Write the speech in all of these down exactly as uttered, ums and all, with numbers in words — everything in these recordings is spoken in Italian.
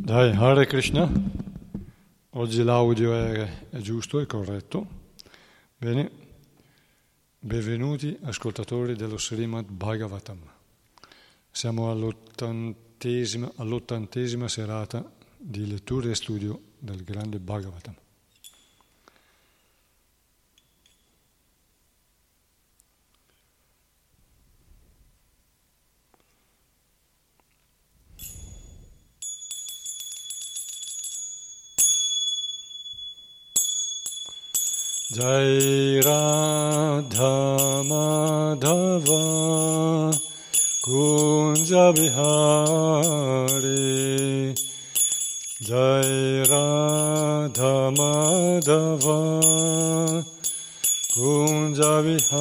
Dai, Hare Krishna. Oggi l'audio è, è giusto, è corretto. Bene, benvenuti ascoltatori dello Srimad Bhagavatam. Siamo all'ottantesima, all'ottantesima serata di lettura e studio del grande Bhagavatam. Jai Radha Madhava Kunja Bihari Jai Radha Madhava Kunja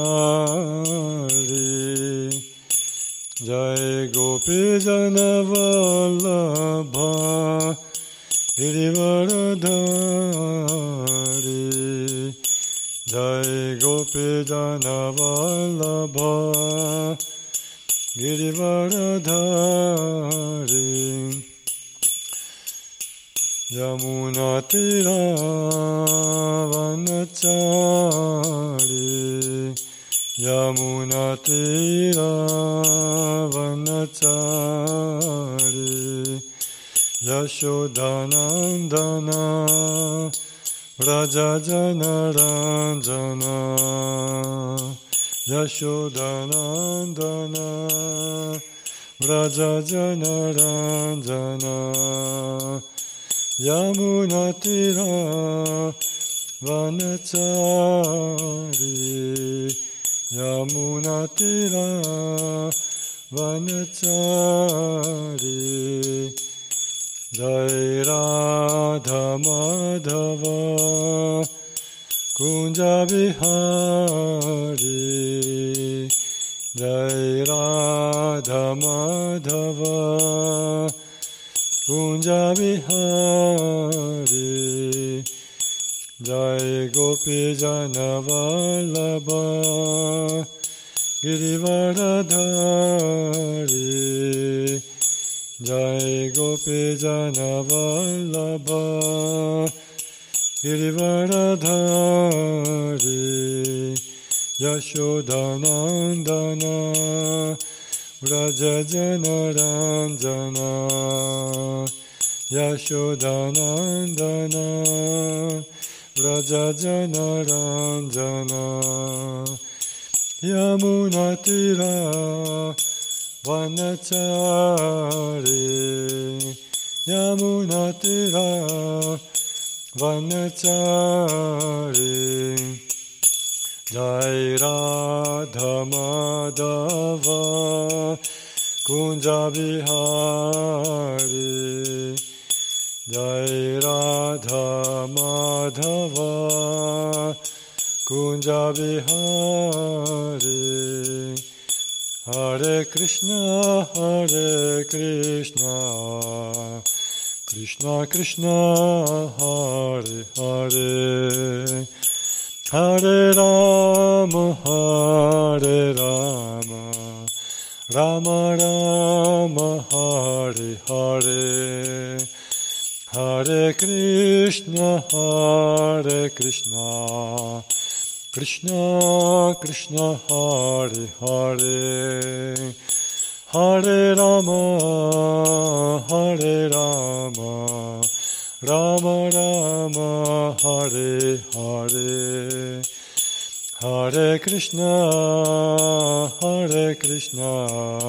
Bihari Jai Gopi Jana Vallabha Girivaradhari Jai Gopi Jana Vallabha Girivaradhari Yamuna Tira Vanachari Yamuna Tira Vanachari Yashodanandana Vraja Jana Ranjana Yashodanandana Vraja Jana Ranjana Yamuna Tira Vanachari Yamuna Tira Vanachari Jai Radha Madhava Kunja Bihari Jai Radha Madhava Kunja Bihari Jai Gopi Jana Vallabha Girivaradhari Jai Gopi Jana Vallabha Girivaradhari Yashodanandana Vraja Jana Ranjana Yashodanandana Vraja Jana Ranjana Yamuna Tira Vanachari Yamuna Tira Vanachari Jai Radha Madhava Kunja Bihari Jai Radha Madhava Kunja Bihari Hare Krishna, Hare Krishna, Krishna Krishna, Hare Hare, Hare Rama, Hare Rama, Rama Rama, Hare Hare, Hare Krishna, Hare Krishna, Krishna Krishna Hare Hare Hare Rama Hare Rama Rama Rama Hare Hare Hare Krishna Hare Krishna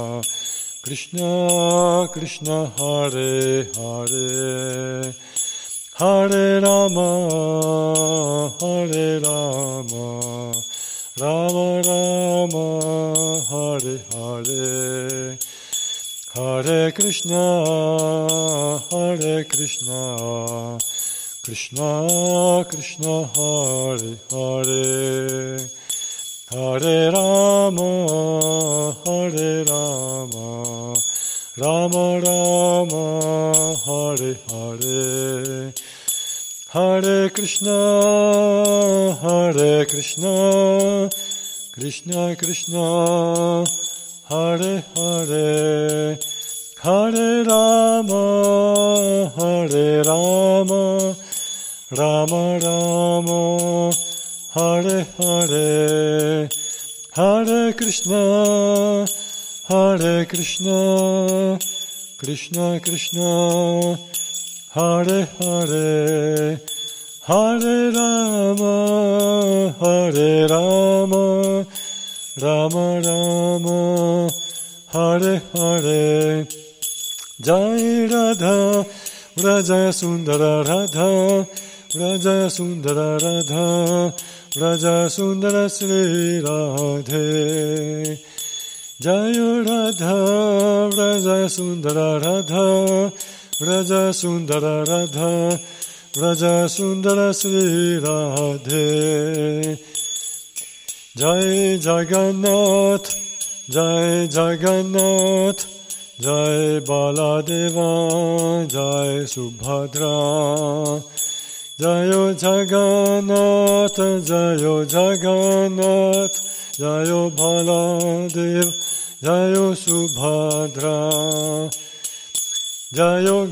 Krishna Krishna Hare Hare Hare Rama, Hare Rama, Rama Rama, Hare Hare, Hare Krishna, Hare Krishna, Krishna Krishna, Hare Hare, Hare Rama, Hare Rama, Rama Rama, Hare Hare, Hare Krishna, Hare Krishna, Krishna Krishna, Hare Hare, Hare Rama, Hare Rama, Rama Rama, Hare Hare, Hare Krishna, Hare Krishna, Krishna Krishna, Hare Hare, Hare Rama, Hare Rama, Rama Rama, Hare Hare. Jai Radha, Vraja Sundara Radha, Vraja Sundara Radha, Vraja Sundara Sri Radhe. Jai Radha, Vraja Sundara Radha, Vraja Sundara Radha, Vraja Sundara Sri Radhe. Jai Jagannath, Jai Jagannath, Jai Baladeva, Jai Subhadra, Jayo Jagannath, Jayo Jagannath, Jayo Baladev, Jayo Subhadra, Jayo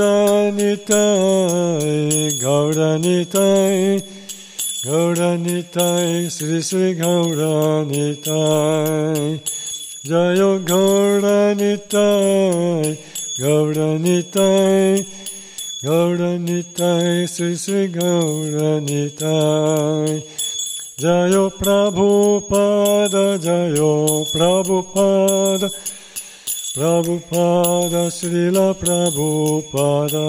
Gauranitai, Gauranitai, Gauranitai, Sri Sri Gauranitai, Jayo Gauranitai, Gauranitai, Gauranitai, Sri Sri Gauranitai, Jayo Prabhupada, Jayo Prabhupada, Prabhupada, Srila Prabhupada,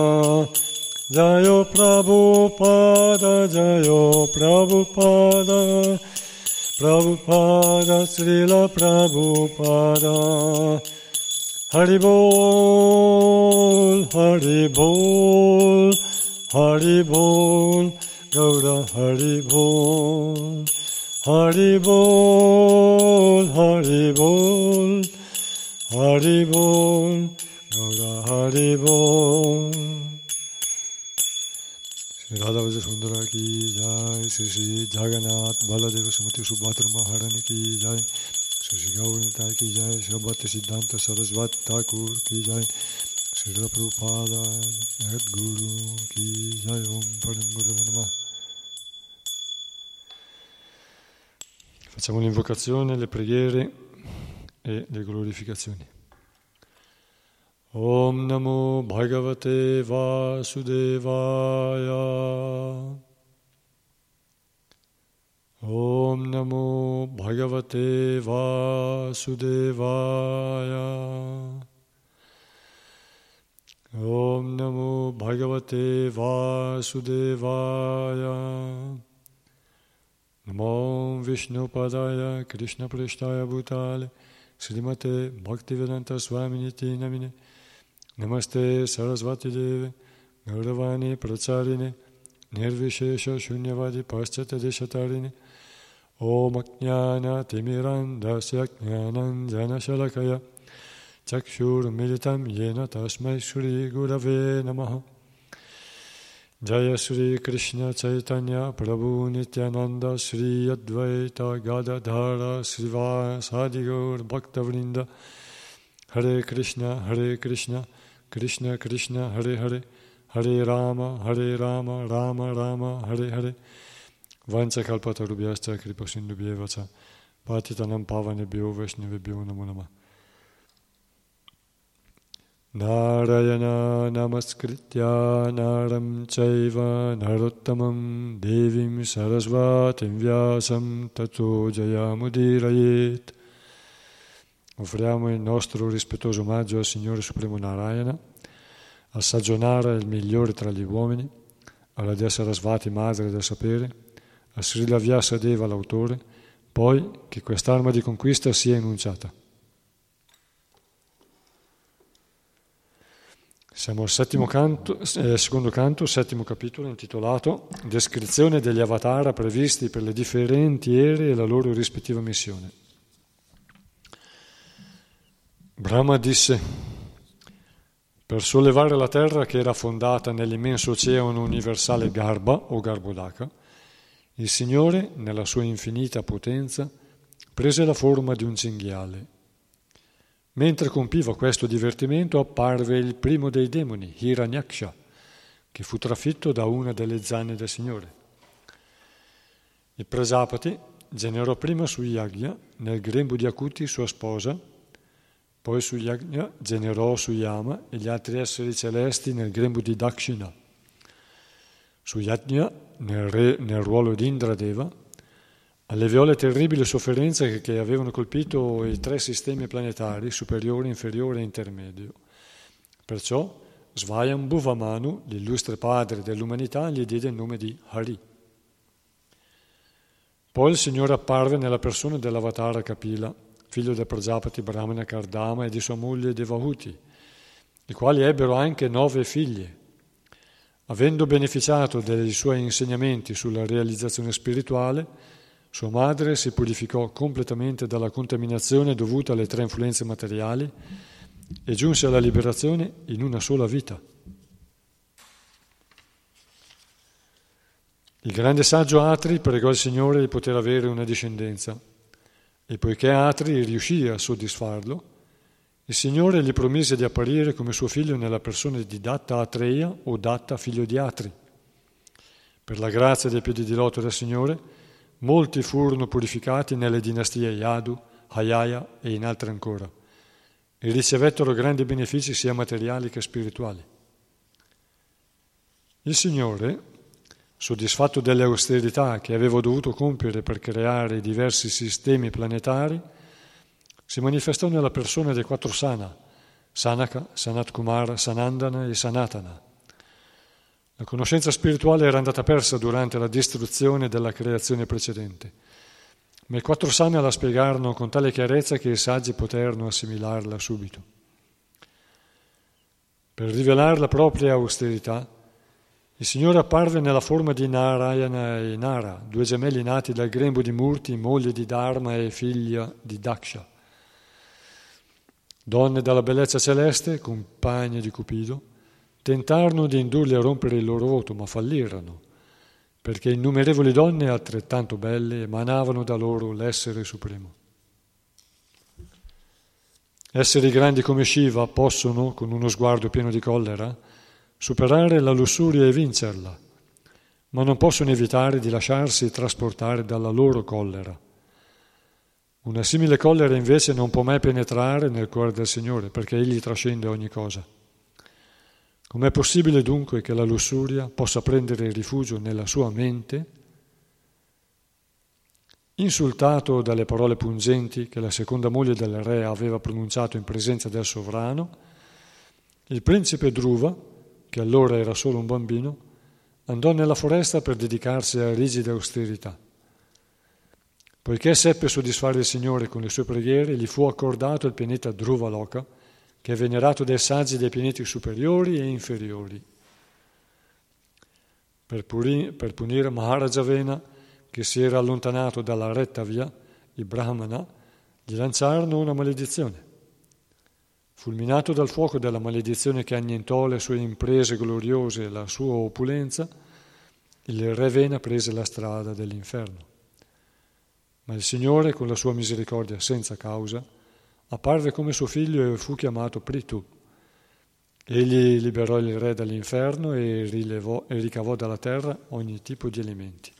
Jayo Prabhupada, Jayo Prabhupada, Prabhupada, Srila Prabhupada. Haribol, Haribol, Haribol, Gaura Haribol, Haribol, Haribol, Haribol, Gaura Haribol. Radha Vraja Sundara ki jai, Sri Sri Jagannath Baladeva Sumati Subhadra Maharani ki jai, Sri Sri Gauranitai ki jai, Sri Bhakti Siddhanta Saraswati Thakur ki jai, Sri Prabhupada Jagat Guru ki jai, Om Param Gurave Namah. Facciamo l'invocazione, le preghiere e le glorificazioni. Om Namo Bhagavate Vasudevaya. Om Namo Bhagavate Vasudevaya. Om Namo Bhagavate Vasudevaya. Namo Vishnu Padaya Krishna Prashtaya Bhutale Srimate Bhaktivedanta Swaminiti Namine. Namaste Sarasvati Deve, Gauravani Pracharine, Nirvishesha Shunyavadi Paschata Deshatarine, Om Ajnana Timirandasya Jnanam Jana Shalakaya, Chakshur Militam Yena Tasmai Shri Gurave Namaha. Jaya Sri Krishna Chaitanya Prabhu Nityananda Sri Advaita Gadadhara Srivasadi Gaur Bhaktavrinda. Hare Krishna, Hare Krishna, Krishna Krishna, Hare Hare, Hare Rama, Hare Rama, Rama Rama, Hare Hare. Vancha kalpatarubhyascha kripasindubhyevacha, patitanam pavanebhyo vaishnavebhyo namo namah. Narayana namaskritya naram chaiva narottamam devim sarasvatim vyasam tato jayamudirayet. Offriamo il nostro rispettoso omaggio al Signore Supremo Narayana, al Sajjonara, il migliore tra gli uomini, alla Dea Sarasvati, madre del sapere, a Srila Vyasadeva, l'autore, poi che quest'arma di conquista sia enunciata. Siamo al settimo canto, eh, secondo canto, settimo capitolo, intitolato Descrizione degli avatara previsti per le differenti ere e la loro rispettiva missione. Brahma disse: per sollevare la terra che era fondata nell'immenso oceano universale Garbha o Garbhodaka, il Signore, nella sua infinita potenza, prese la forma di un cinghiale. Mentre compiva questo divertimento apparve il primo dei demoni, Hiranyaksha, che fu trafitto da una delle zanne del Signore. Il Prajapati generò prima su Yagna, nel grembo di Akuti, sua sposa, poi su Yagna generò su Yama e gli altri esseri celesti nel grembo di Dakshina. Su Yagna, nel, re, nel ruolo di Indradeva, alleviò le terribili sofferenze che, che avevano colpito i tre sistemi planetari, superiore, inferiore e intermedio. Perciò Svayambhuva Manu, l'illustre padre dell'umanità, gli diede il nome di Hari. Poi il Signore apparve nella persona dell'avatara Kapila, figlio del Prajapati Brahmana Kardama e di sua moglie Devahuti, i quali ebbero anche nove figlie. Avendo beneficiato dei suoi insegnamenti sulla realizzazione spirituale, sua madre si purificò completamente dalla contaminazione dovuta alle tre influenze materiali e giunse alla liberazione in una sola vita. Il grande saggio Atri pregò il Signore di poter avere una discendenza e poiché Atri riuscì a soddisfarlo, il Signore gli promise di apparire come suo figlio nella persona di Datta Atreya o Datta figlio di Atri. Per la grazia dei piedi di loto del Signore, molti furono purificati nelle dinastie Yadu, Hayaya e in altre ancora, e ricevettero grandi benefici sia materiali che spirituali. Il Signore, soddisfatto delle austerità che aveva dovuto compiere per creare i diversi sistemi planetari, si manifestò nella persona dei quattro Sana, Sanaka, Sanat Kumara, Sanandana e Sanatana. La conoscenza spirituale era andata persa durante la distruzione della creazione precedente, ma i quattro Sana la spiegarono con tale chiarezza che i saggi poterono assimilarla subito. Per rivelare la propria austerità, il Signore apparve nella forma di Narayana e Nara, due gemelli nati dal grembo di Murti, moglie di Dharma e figlia di Daksha. Donne dalla bellezza celeste, compagne di Cupido, tentarono di indurli a rompere il loro voto, ma fallirono, perché innumerevoli donne altrettanto belle emanavano da loro l'essere supremo. Esseri grandi come Shiva possono, con uno sguardo pieno di collera, superare la lussuria e vincerla, ma non possono evitare di lasciarsi trasportare dalla loro collera. Una simile collera invece non può mai penetrare nel cuore del Signore, perché Egli trascende ogni cosa. Com'è possibile dunque che la lussuria possa prendere rifugio nella sua mente? Insultato dalle parole pungenti che la seconda moglie del re aveva pronunciato in presenza del sovrano, il principe Dhruva, che allora era solo un bambino, andò nella foresta per dedicarsi a rigide austerità. Poiché seppe soddisfare il Signore con le sue preghiere, gli fu accordato il pianeta Dhruvaloka, che è venerato dai saggi dei pianeti superiori e inferiori. Per, puri, per punire Maharajavena, che si era allontanato dalla retta via, i Brahmana gli lanciarono una maledizione. Fulminato dal fuoco della maledizione che annientò le sue imprese gloriose e la sua opulenza, il re Vena prese la strada dell'inferno. Ma il Signore, con la sua misericordia senza causa, apparve come suo figlio e fu chiamato Prithu. Egli liberò il re dall'inferno e, rilevò, e ricavò dalla terra ogni tipo di alimenti.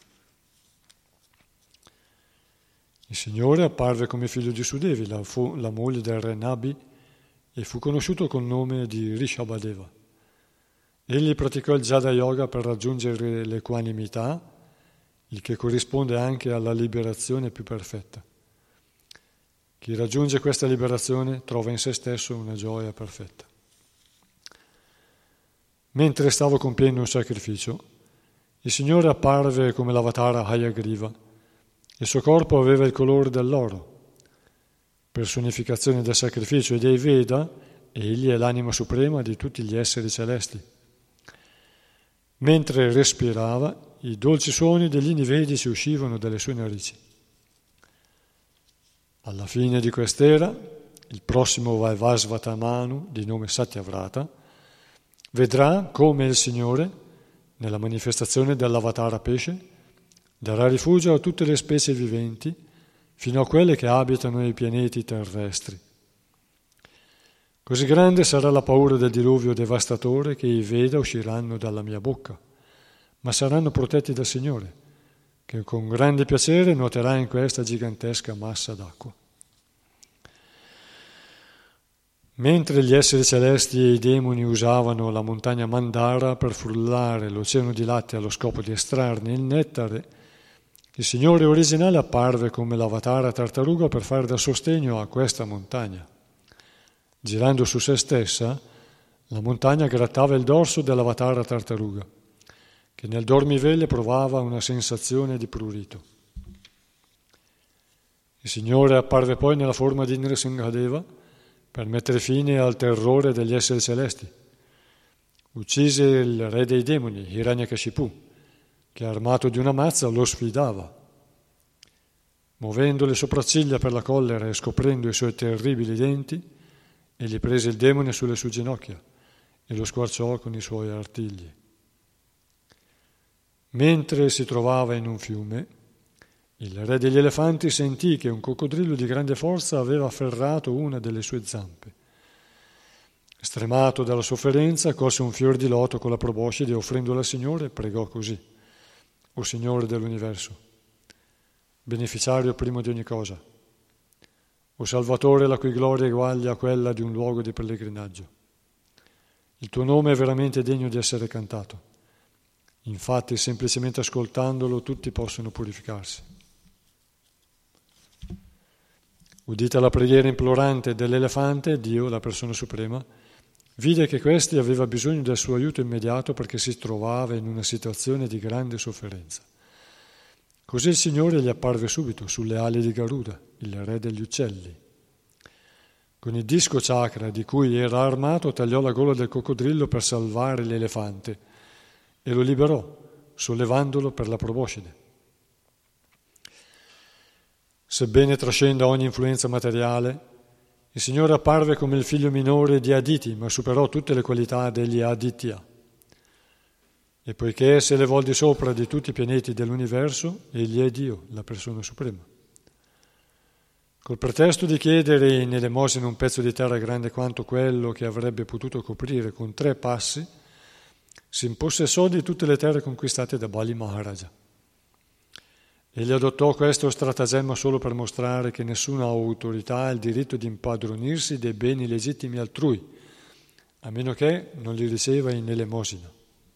Il Signore apparve come figlio di Sudevi, la, fu, la moglie del re Nabi, e fu conosciuto col nome di Rishabhadeva. Egli praticò il Jada Yoga per raggiungere l'equanimità, il che corrisponde anche alla liberazione più perfetta. Chi raggiunge questa liberazione trova in se stesso una gioia perfetta. Mentre stavo compiendo un sacrificio, il Signore apparve come l'avatara Hayagriva. Il suo corpo aveva il colore dell'oro. Personificazione del sacrificio e dei Veda, egli è l'anima suprema di tutti gli esseri celesti. Mentre respirava, i dolci suoni degli inni vedici uscivano dalle sue narici. Alla fine di quest'era, il prossimo Vaivasvata Manu, di nome Satyavrata, vedrà come il Signore, nella manifestazione dell'avatara pesce, darà rifugio a tutte le specie viventi, fino a quelle che abitano i pianeti terrestri. Così grande sarà la paura del diluvio devastatore che i Veda usciranno dalla mia bocca, ma saranno protetti dal Signore, che con grande piacere nuoterà in questa gigantesca massa d'acqua. Mentre gli esseri celesti e i demoni usavano la montagna Mandara per frullare l'oceano di latte allo scopo di estrarne il nettare, il Signore originale apparve come l'avatara tartaruga per fare da sostegno a questa montagna. Girando su se stessa, la montagna grattava il dorso dell'avatara tartaruga, che nel dormiveglia provava una sensazione di prurito. Il Signore apparve poi nella forma di Nrsimhadeva per mettere fine al terrore degli esseri celesti. Uccise il re dei demoni, Hiranyakashipu, che armato di una mazza lo sfidava. Muovendo le sopracciglia per la collera e scoprendo i suoi terribili denti, egli prese il demone sulle sue ginocchia e lo squarciò con i suoi artigli. Mentre si trovava in un fiume, il re degli elefanti sentì che un coccodrillo di grande forza aveva afferrato una delle sue zampe. Stremato dalla sofferenza, colse un fior di loto con la proboscide e offrendolo al Signore pregò così: O Signore dell'universo, beneficiario primo di ogni cosa, o Salvatore la cui gloria eguaglia a quella di un luogo di pellegrinaggio, il tuo nome è veramente degno di essere cantato. Infatti, semplicemente ascoltandolo, tutti possono purificarsi. Udita la preghiera implorante dell'elefante, Dio, la persona suprema, vide che questi aveva bisogno del suo aiuto immediato perché si trovava in una situazione di grande sofferenza. Così il Signore gli apparve subito sulle ali di Garuda, il re degli uccelli. Con il disco chakra di cui era armato tagliò la gola del coccodrillo per salvare l'elefante e lo liberò, sollevandolo per la proboscide. Sebbene trascenda ogni influenza materiale, il Signore apparve come il figlio minore di Aditi, ma superò tutte le qualità degli Aditya. E poiché si elevò al di sopra di tutti i pianeti dell'universo, egli è Dio, la persona suprema. Col pretesto di chiedere in elemosina un pezzo di terra grande quanto quello che avrebbe potuto coprire con tre passi, si impossessò di tutte le terre conquistate da Bali Maharaja. Egli adottò questo stratagemma solo per mostrare che nessuna autorità ha il diritto di impadronirsi dei beni legittimi altrui, a meno che non li riceva in elemosina.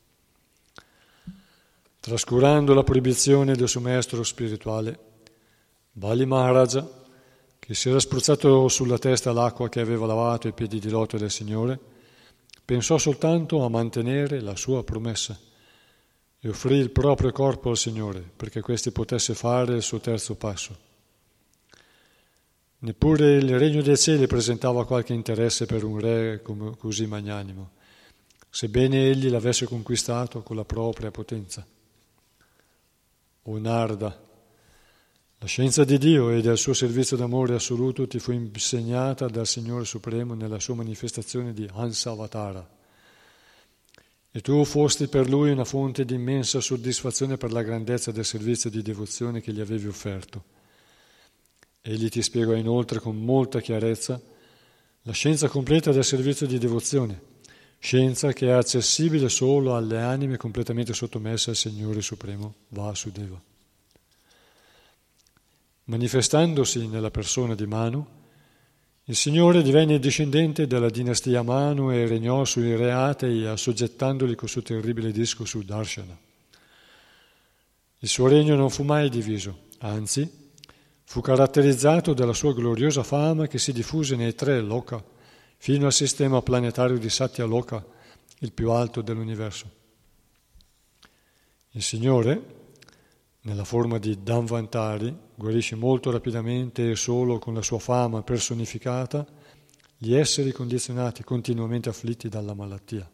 Trascurando la proibizione del suo maestro spirituale, Bali Maharaja, che si era spruzzato sulla testa l'acqua che aveva lavato i piedi di loto del Signore, pensò soltanto a mantenere la sua promessa e offrì il proprio corpo al Signore perché questi potesse fare il suo terzo passo. Neppure il regno dei cieli presentava qualche interesse per un re come così magnanimo, sebbene egli l'avesse conquistato con la propria potenza. O Narda, la scienza di Dio e del suo servizio d'amore assoluto ti fu insegnata dal Signore Supremo nella sua manifestazione di Hansavatara. E tu fosti per lui una fonte di immensa soddisfazione per la grandezza del servizio di devozione che gli avevi offerto. Egli ti spiegò inoltre con molta chiarezza la scienza completa del servizio di devozione, scienza che è accessibile solo alle anime completamente sottomesse al Signore Supremo, Vasudeva. Manifestandosi nella persona di Manu, il Signore divenne discendente della dinastia Manu e regnò sui re atei, assoggettandoli col suo terribile disco su Darshana. Il suo regno non fu mai diviso, anzi, fu caratterizzato dalla sua gloriosa fama che si diffuse nei tre loka, fino al sistema planetario di Satya Loka, il più alto dell'universo. Il Signore, nella forma di Dhanvantari, guarisce molto rapidamente e solo con la sua fama personificata gli esseri condizionati continuamente afflitti dalla malattia.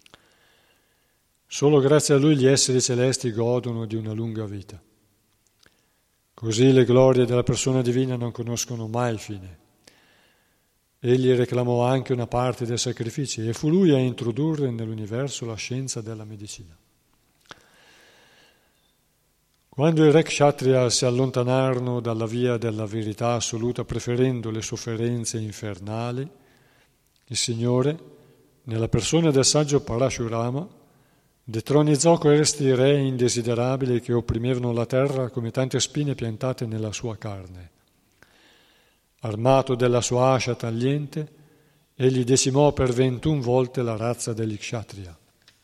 Solo grazie a lui gli esseri celesti godono di una lunga vita. Così le glorie della persona divina non conoscono mai fine. Egli reclamò anche una parte dei sacrifici e fu lui a introdurre nell'universo la scienza della medicina. Quando i re kshatriya si allontanarono dalla via della verità assoluta preferendo le sofferenze infernali, Il Signore, nella persona del saggio Parashurama, detronizzò questi re indesiderabili che opprimevano la terra come tante spine piantate nella sua carne. Armato della sua ascia tagliente, egli decimò per ventun volte la razza degli Kshatriya.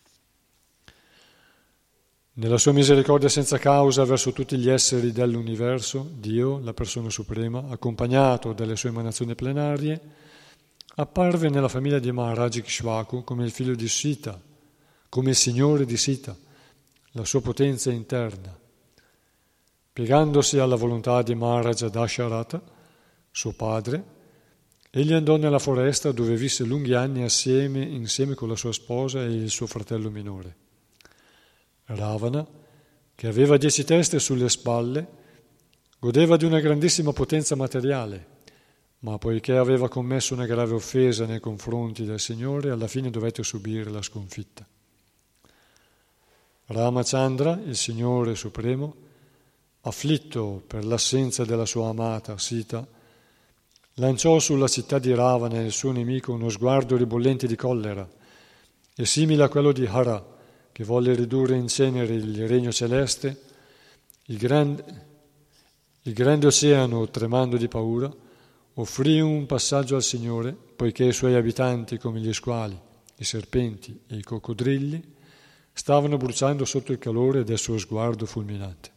Nella sua misericordia senza causa verso tutti gli esseri dell'universo, Dio, la persona suprema, accompagnato dalle sue emanazioni plenarie, apparve nella famiglia di Maharaj Ikshvaku come il figlio di Sita, come il signore di Sita, la sua potenza interna. Piegandosi alla volontà di Maharaja Dasharatha, suo padre, egli andò nella foresta dove visse lunghi anni assieme, insieme con la sua sposa e il suo fratello minore. Ravana, che aveva dieci teste sulle spalle, godeva di una grandissima potenza materiale, ma poiché aveva commesso una grave offesa nei confronti del Signore, alla fine dovette subire la sconfitta. Ramachandra, il Signore Supremo, afflitto per l'assenza della sua amata Sita, lanciò sulla città di Ravana e il suo nemico uno sguardo ribollente di collera e simile a quello di Hara, che volle ridurre in cenere il regno celeste. Il grande, il grande oceano, tremando di paura, offrì un passaggio al Signore, poiché i suoi abitanti, come gli squali, i serpenti e i coccodrilli, stavano bruciando sotto il calore del suo sguardo fulminante.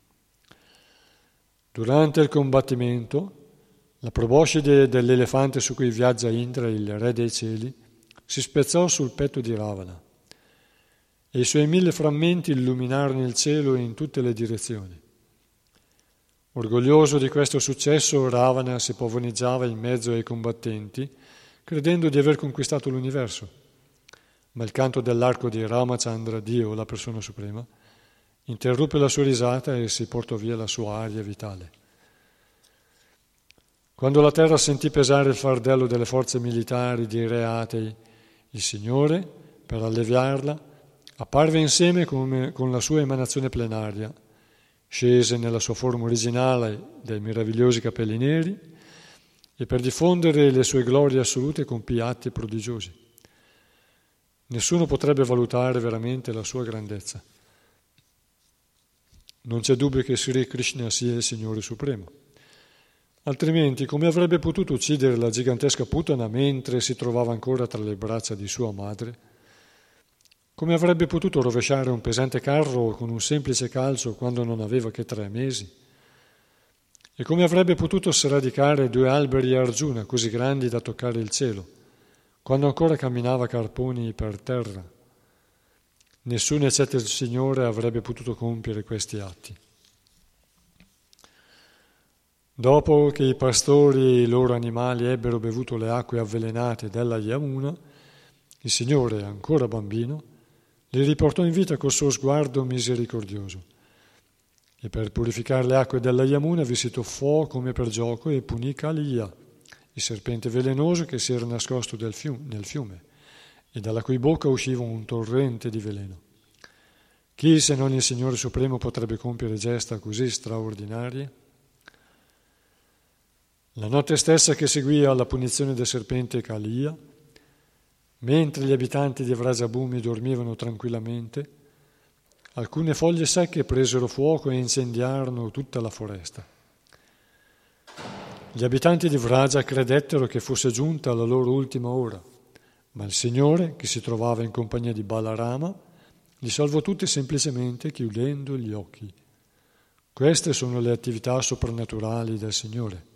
Durante il combattimento, la proboscide dell'elefante su cui viaggia Indra, il re dei cieli, si spezzò sul petto di Ravana e i suoi mille frammenti illuminarono il cielo in tutte le direzioni. Orgoglioso di questo successo, Ravana si pavoneggiava in mezzo ai combattenti, credendo di aver conquistato l'universo. Ma il canto dell'arco di Ramachandra, Dio, la persona suprema, interruppe la sua risata e si portò via la sua aria vitale. Quando la terra sentì pesare il fardello delle forze militari dei re atei, il Signore, per alleviarla, apparve insieme come, con la sua emanazione plenaria, scese nella sua forma originale dai meravigliosi capelli neri e per diffondere le sue glorie assolute compì atti prodigiosi. Nessuno potrebbe valutare veramente la sua grandezza. Non c'è dubbio che Sri Krishna sia il Signore Supremo. Altrimenti, come avrebbe potuto uccidere la gigantesca Putana mentre si trovava ancora tra le braccia di sua madre? Come avrebbe potuto rovesciare un pesante carro con un semplice calcio quando non aveva che tre mesi? E come avrebbe potuto sradicare due alberi Arjuna così grandi da toccare il cielo, quando ancora camminava a carponi per terra? Nessuno eccetto il Signore avrebbe potuto compiere questi atti. Dopo che i pastori e i loro animali ebbero bevuto le acque avvelenate della Yamuna, il Signore, ancora bambino, li riportò in vita col suo sguardo misericordioso e per purificare le acque della Yamuna vi si tuffò come per gioco e punì Kaliya, il serpente velenoso che si era nascosto del fiume, nel fiume e dalla cui bocca usciva un torrente di veleno. Chi se non il Signore Supremo potrebbe compiere gesta così straordinarie? La notte stessa che seguì alla punizione del serpente Kaliya, mentre gli abitanti di Vrajabhumi dormivano tranquillamente, alcune foglie secche presero fuoco e incendiarono tutta la foresta. Gli abitanti di Vraja credettero che fosse giunta la loro ultima ora, ma il Signore, che si trovava in compagnia di Balarama, li salvò tutti semplicemente chiudendo gli occhi. Queste sono le attività soprannaturali del Signore.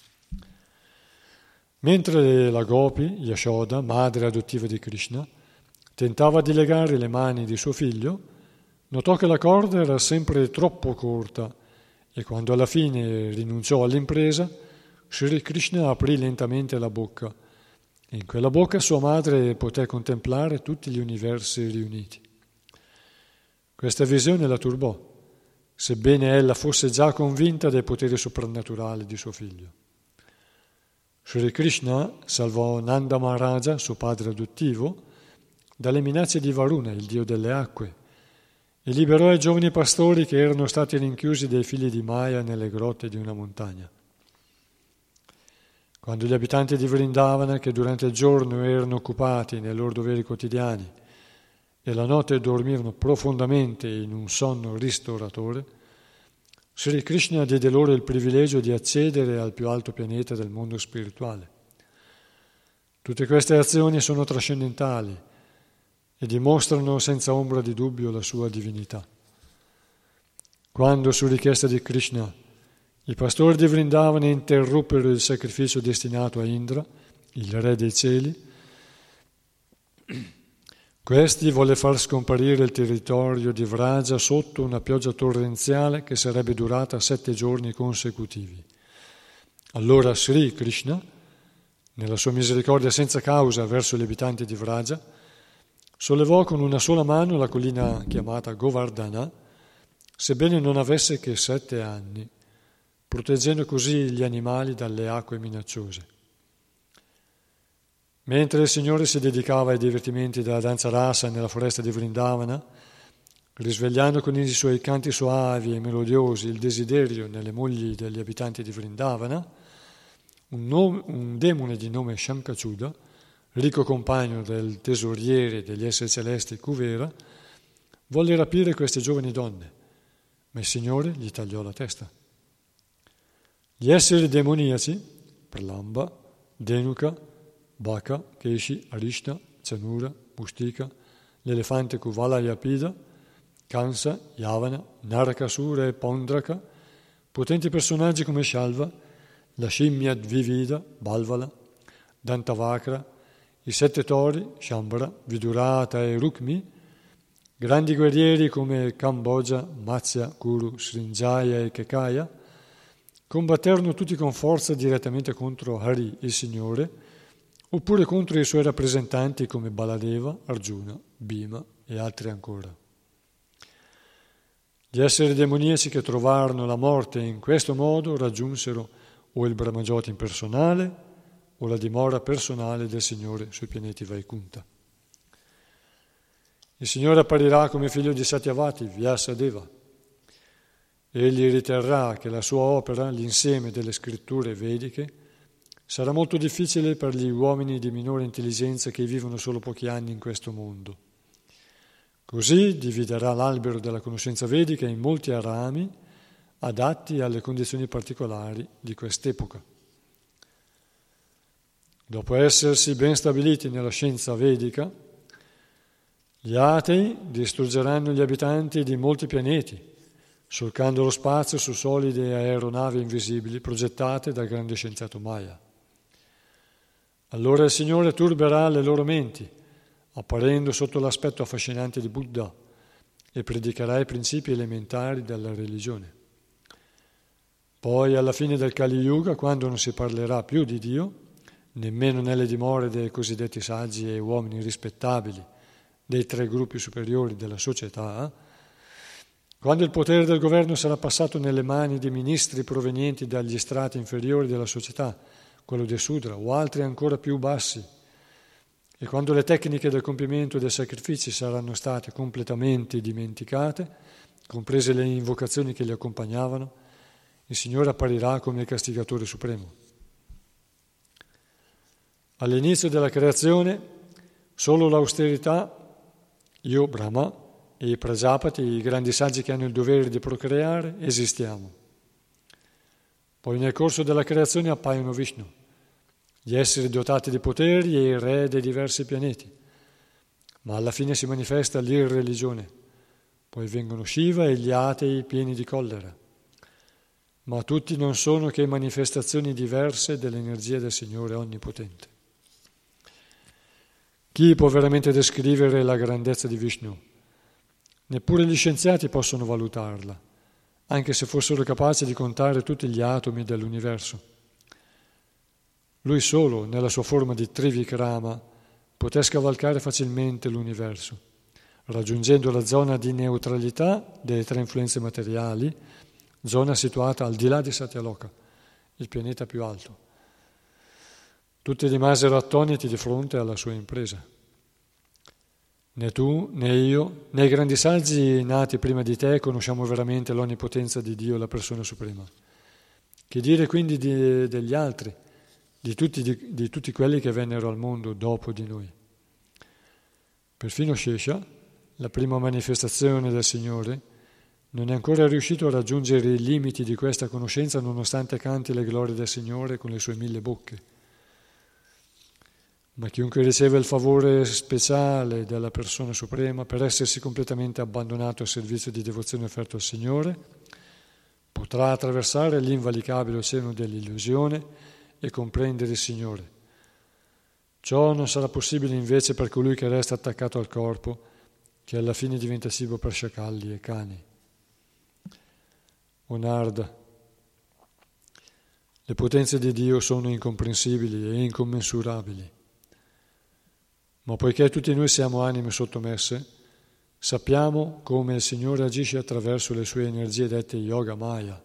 Mentre la Gopi, Yashoda, madre adottiva di Krishna, tentava di legare le mani di suo figlio, notò che la corda era sempre troppo corta e quando alla fine rinunciò all'impresa, Sri Krishna aprì lentamente la bocca e in quella bocca sua madre poté contemplare tutti gli universi riuniti. Questa visione la turbò, sebbene ella fosse già convinta dei poteri soprannaturali di suo figlio. Sri Krishna salvò Nanda Maharaja, suo padre adottivo, dalle minacce di Varuna, il dio delle acque, e liberò i giovani pastori che erano stati rinchiusi dai figli di Maya nelle grotte di una montagna. Quando gli abitanti di Vrindavana, che durante il giorno erano occupati nei loro doveri quotidiani e la notte dormivano profondamente in un sonno ristoratore, Sri Krishna diede loro il privilegio di accedere al più alto pianeta del mondo spirituale. Tutte queste azioni sono trascendentali e dimostrano senza ombra di dubbio la sua divinità. Quando, su richiesta di Krishna, i pastori di Vrindavana interruppero il sacrificio destinato a Indra, il re dei cieli, questi volle far scomparire il territorio di Vraja sotto una pioggia torrenziale che sarebbe durata sette giorni consecutivi. Allora Sri Krishna, nella sua misericordia senza causa verso gli abitanti di Vraja, sollevò con una sola mano la collina chiamata Govardhana, sebbene non avesse che sette anni, proteggendo così gli animali dalle acque minacciose. Mentre il Signore si dedicava ai divertimenti della danza rasa nella foresta di Vrindavana, risvegliando con i suoi canti soavi e melodiosi il desiderio nelle mogli degli abitanti di Vrindavana, un, nome, un demone di nome Shankachuda, ricco compagno del tesoriere degli esseri celesti Kuvera, volle rapire queste giovani donne, ma il Signore gli tagliò la testa. Gli esseri demoniaci, Pralamba, Denuka, Baka, Keshi, Arishna, Chanura, Mustika, l'elefante Kuvalayapida, Kansa, Yavana, Narakasura e Pondraka, potenti personaggi come Shalva, la scimmia Dvivida, Balvala, Dantavakra, i sette tori, Shambhara, Vidurata e Rukmi, grandi guerrieri come Kamboja, Matsya, Kuru, Srinjaya e Kekaya, combatterono tutti con forza direttamente contro Hari, il Signore, oppure contro i suoi rappresentanti come Baladeva, Arjuna, Bhima e altri ancora. Gli esseri demoniaci che trovarono la morte in questo modo raggiunsero o il Brahmajoti impersonale o la dimora personale del Signore sui pianeti Vaikunta. Il Signore apparirà come figlio di Satyavati, Vyasadeva. Egli riterrà che la sua opera, l'insieme delle scritture vediche, sarà molto difficile per gli uomini di minore intelligenza che vivono solo pochi anni in questo mondo. Così dividerà l'albero della conoscenza vedica in molti rami adatti alle condizioni particolari di quest'epoca. Dopo essersi ben stabiliti nella scienza vedica, gli atei distruggeranno gli abitanti di molti pianeti, solcando lo spazio su solide aeronavi invisibili progettate dal grande scienziato Maya. Allora il Signore turberà le loro menti, apparendo sotto l'aspetto affascinante di Buddha, e predicherà i principi elementari della religione. Poi, alla fine del Kali Yuga, quando non si parlerà più di Dio, nemmeno nelle dimore dei cosiddetti saggi e uomini rispettabili dei tre gruppi superiori della società, quando il potere del governo sarà passato nelle mani di ministri provenienti dagli strati inferiori della società, quello dei Sudra o altri ancora più bassi, e quando le tecniche del compimento dei sacrifici saranno state completamente dimenticate, comprese le invocazioni che li accompagnavano, il Signore apparirà come il castigatore supremo. All'inizio della creazione, solo l'austerità, io, Brahma, e i Prajapati, i grandi saggi che hanno il dovere di procreare, esistiamo. Poi nel corso della creazione appaiono Vishnu, gli esseri dotati di poteri e i re dei diversi pianeti, ma alla fine si manifesta l'irreligione. Poi vengono Shiva e gli atei pieni di collera, ma tutti non sono che manifestazioni diverse dell'energia del Signore Onnipotente. Chi può veramente descrivere la grandezza di Vishnu? Neppure gli scienziati possono valutarla, anche se fossero capaci di contare tutti gli atomi dell'universo. Lui solo, nella sua forma di Trivikrama, poté scavalcare facilmente l'universo, raggiungendo la zona di neutralità delle tre influenze materiali, zona situata al di là di Satyaloka, il pianeta più alto. Tutti rimasero attoniti di fronte alla sua impresa. Né tu, né io, né i grandi saggi nati prima di te conosciamo veramente l'onnipotenza di Dio, la persona suprema. Che dire quindi di, degli altri, di tutti, di, di tutti quelli che vennero al mondo dopo di noi. Perfino Shesha, la prima manifestazione del Signore, non è ancora riuscito a raggiungere i limiti di questa conoscenza nonostante canti le glorie del Signore con le sue mille bocche. Ma chiunque riceve il favore speciale della persona suprema per essersi completamente abbandonato al servizio di devozione offerto al Signore, potrà attraversare l'invalicabile oceano dell'illusione e comprendere il Signore. Ciò non sarà possibile invece per colui che resta attaccato al corpo, che alla fine diventa cibo per sciacalli e cani. O Narada, le potenze di Dio sono incomprensibili e incommensurabili, ma poiché tutti noi siamo anime sottomesse, sappiamo come il Signore agisce attraverso le sue energie dette Yoga Maya.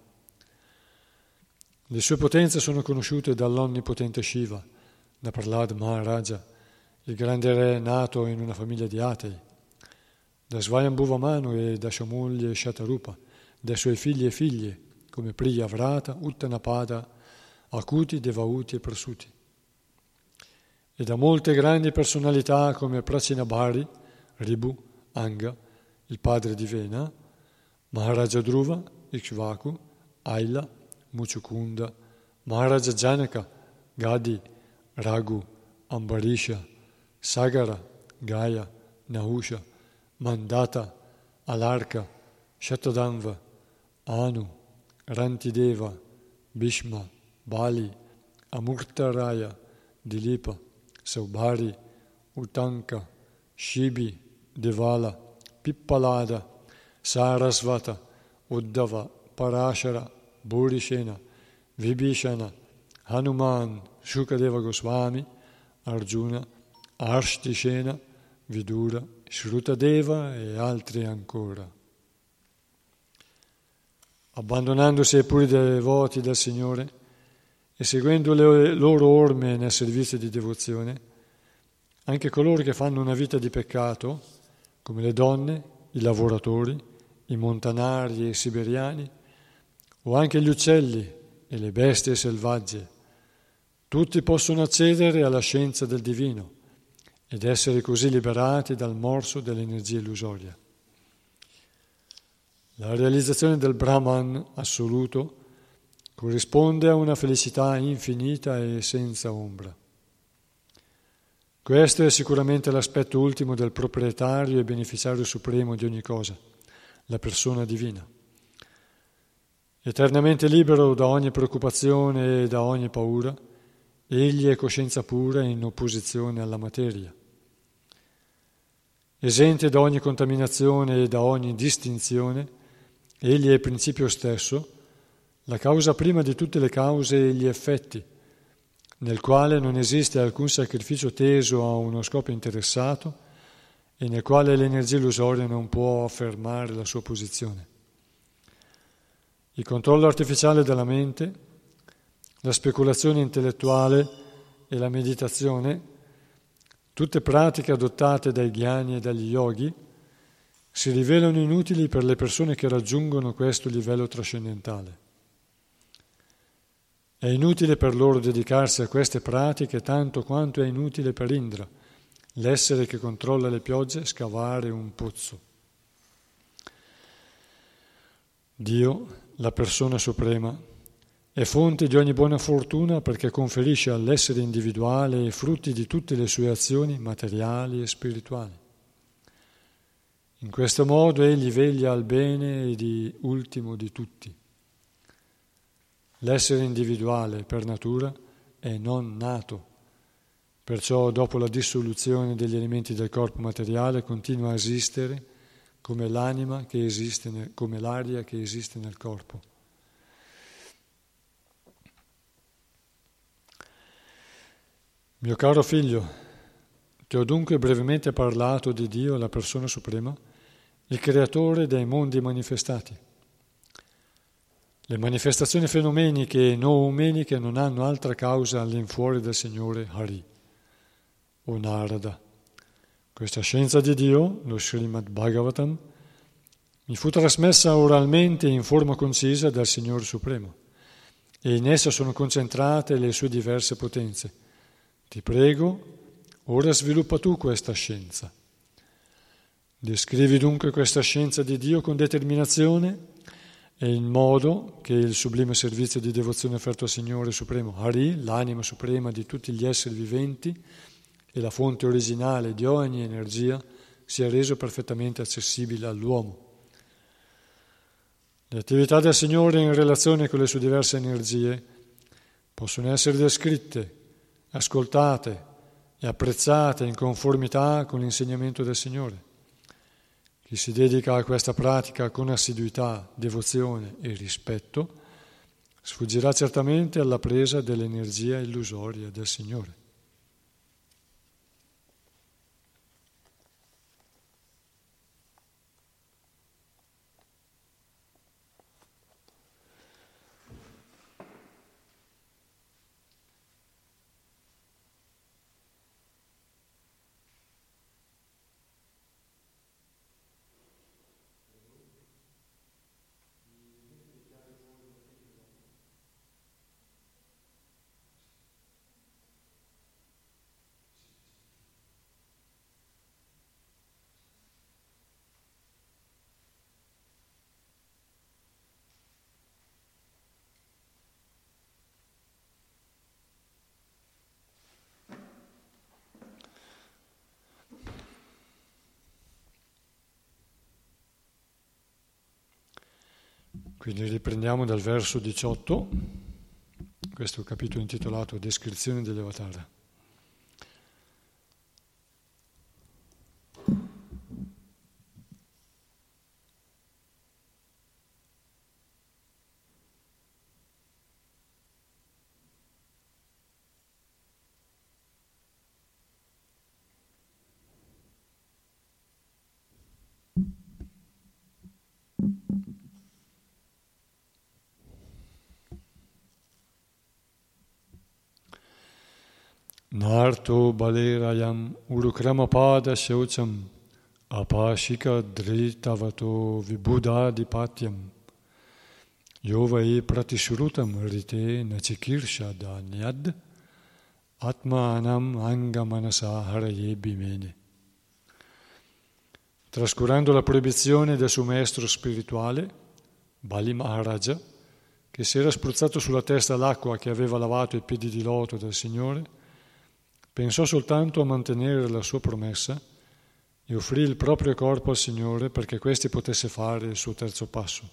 Le sue potenze sono conosciute dall'onnipotente Shiva, da Prahlad Maharaja, il grande re nato in una famiglia di atei, da Svayambhuva Manu e da sua moglie Shatarupa, dai suoi figli e figlie, come Priyavrata, Uttanapada, Akuti, Devauti e Prasuti, e da molte grandi personalità come Prachinabhari, Ribu, Anga, il padre di Vena, Maharaja Dhruva, Ikshvaku, Aila, Muchukunda, Maharaja Janaka, Gadi, Raghu, Ambarisha, Sagara, Gaya, Nahusha, Mandata, Alarka, Shatadhanva, Anu, Rantideva, Bhishma, Bali, Amurtaraya, Dilipa, Saubhari, Utanka, Shibi, Devala, Pippalada, Sarasvata, Uddhava, Parashara, Burishena, Vibhishana, Hanuman, Shukadeva Goswami, Arjuna, Arshtisena, Vidura, Shrutadeva e altri ancora. Abbandonandosi ai puri devoti del Signore e seguendo le loro orme nel servizio di devozione, anche coloro che fanno una vita di peccato, come le donne, i lavoratori, i montanari e i siberiani, o anche gli uccelli e le bestie selvagge, tutti possono accedere alla scienza del divino ed essere così liberati dal morso dell'energia illusoria. La realizzazione del Brahman assoluto corrisponde a una felicità infinita e senza ombra. Questo è sicuramente l'aspetto ultimo del proprietario e beneficiario supremo di ogni cosa, la persona divina. Eternamente libero da ogni preoccupazione e da ogni paura, egli è coscienza pura in opposizione alla materia. Esente da ogni contaminazione e da ogni distinzione, egli è il principio stesso, la causa prima di tutte le cause e gli effetti, nel quale non esiste alcun sacrificio teso a uno scopo interessato e nel quale l'energia illusoria non può affermare la sua posizione. Il controllo artificiale della mente, la speculazione intellettuale e la meditazione, tutte pratiche adottate dai ghiani e dagli yogi, si rivelano inutili per le persone che raggiungono questo livello trascendentale. È inutile per loro dedicarsi a queste pratiche tanto quanto è inutile per Indra, l'essere che controlla le piogge, scavare un pozzo. Dio, la persona suprema, è fonte di ogni buona fortuna perché conferisce all'essere individuale i frutti di tutte le sue azioni materiali e spirituali. In questo modo egli veglia al bene e di ultimo di tutti. L'essere individuale per natura è non nato, perciò dopo la dissoluzione degli elementi del corpo materiale continua a esistere come l'anima che esiste, nel, come l'aria che esiste nel corpo. Mio caro figlio, ti ho dunque brevemente parlato di Dio, la persona suprema, il creatore dei mondi manifestati. Le manifestazioni fenomeniche e noumeniche non hanno altra causa all'infuori del Signore Hari, o Narada. Questa scienza di Dio, lo Srimad Bhagavatam, mi fu trasmessa oralmente in forma concisa dal Signore Supremo e in essa sono concentrate le sue diverse potenze. Ti prego, ora sviluppa tu questa scienza. Descrivi dunque questa scienza di Dio con determinazione e in modo che il sublime servizio di devozione offerto al Signore Supremo, Hari, l'anima suprema di tutti gli esseri viventi e la fonte originale di ogni energia, sia reso perfettamente accessibile all'uomo. Le attività del Signore in relazione con le sue diverse energie possono essere descritte, ascoltate e apprezzate in conformità con l'insegnamento del Signore. Chi si dedica a questa pratica con assiduità, devozione e rispetto sfuggirà certamente alla presa dell'energia illusoria del Signore. Quindi riprendiamo dal verso diciotto, questo è il capitolo intitolato Descrizione degli Avatara. Narto balerayam urukramapada shaucham apashika dritavato vibhudadipatyam yovai pratishrutam rite nachikirsha danyad atmanam angamanasa haraye bimene. Trascurando la proibizione del suo maestro spirituale, Bali Maharaja, che si era spruzzato sulla testa l'acqua che aveva lavato i piedi di loto del Signore, pensò soltanto a mantenere la sua promessa e offrì il proprio corpo al Signore perché questi potesse fare il suo terzo passo.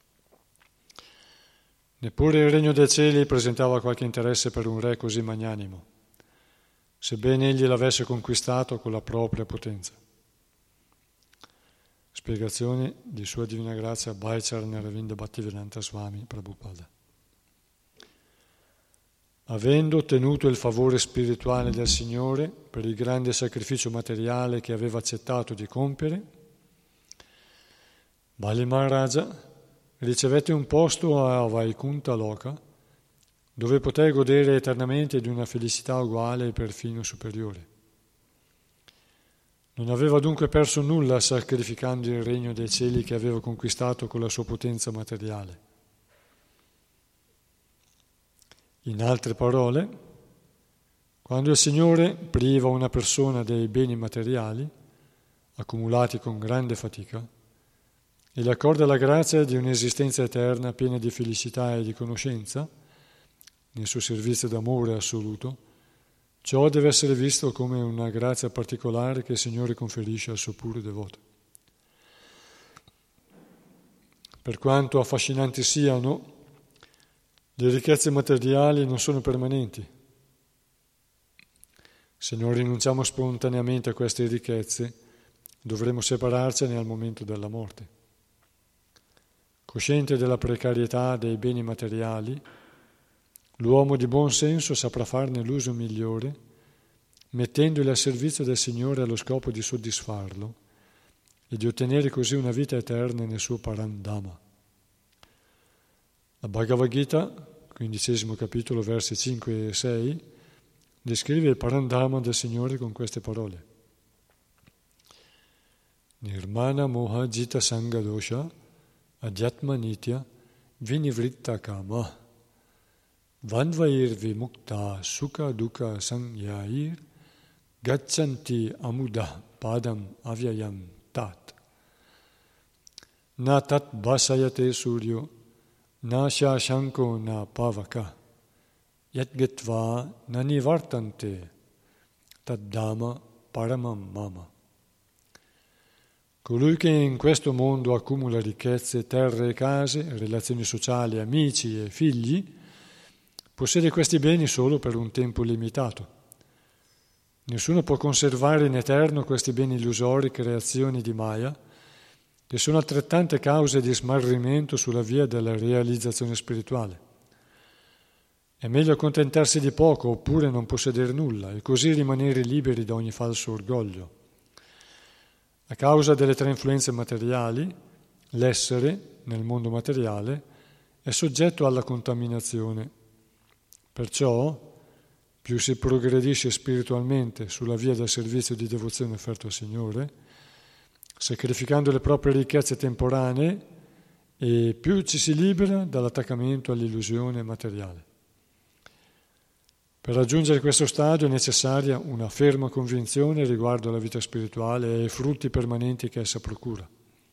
Neppure il regno dei cieli presentava qualche interesse per un re così magnanimo, sebbene egli l'avesse conquistato con la propria potenza. Spiegazione di Sua Divina Grazia Bhaicharan Aravinda Bhaktivedanta Swami Prabhupada. Avendo ottenuto il favore spirituale del Signore per il grande sacrificio materiale che aveva accettato di compiere, Bali Maharaja ricevette un posto a Vaikuntha Loka dove poté godere eternamente di una felicità uguale e perfino superiore. Non aveva dunque perso nulla sacrificando il regno dei cieli che aveva conquistato con la sua potenza materiale. In altre parole, quando il Signore priva una persona dei beni materiali, accumulati con grande fatica, e le accorda la grazia di un'esistenza eterna piena di felicità e di conoscenza, nel suo servizio d'amore assoluto, ciò deve essere visto come una grazia particolare che il Signore conferisce al suo puro devoto. Per quanto affascinanti siano, le ricchezze materiali non sono permanenti. Se non rinunciamo spontaneamente a queste ricchezze, dovremo separarcene al momento della morte. Cosciente della precarietà dei beni materiali, l'uomo di buon senso saprà farne l'uso migliore, mettendoli al servizio del Signore allo scopo di soddisfarlo e di ottenere così una vita eterna nel suo Parandama. La Bhagavad Gita, quindicesimo capitolo, versi cinque e sei, descrive il Parandama del Signore con queste parole. Nirmana moha jita sanga dosha adhyatma nitya vinivritta kama Vanvair vimukta sukha dukkha sanyair gachanti amuda padam avyayam tat. Na tat basayate suryo, na shashanko na pavaka, yadgatva na nivartante, taddama paramam mama. Colui che in questo mondo accumula ricchezze, terre e case, relazioni sociali, amici e figli, possiede questi beni solo per un tempo limitato. Nessuno può conservare in eterno questi beni illusori, creazioni di Maya, che sono altrettante cause di smarrimento sulla via della realizzazione spirituale. È meglio accontentarsi di poco oppure non possedere nulla e così rimanere liberi da ogni falso orgoglio. A causa delle tre influenze materiali, l'essere, nel mondo materiale, è soggetto alla contaminazione. Perciò, più si progredisce spiritualmente sulla via del servizio di devozione offerto al Signore, sacrificando le proprie ricchezze temporanee, e più ci si libera dall'attaccamento all'illusione materiale. Per raggiungere questo stadio è necessaria una ferma convinzione riguardo alla vita spirituale e ai frutti permanenti che essa procura.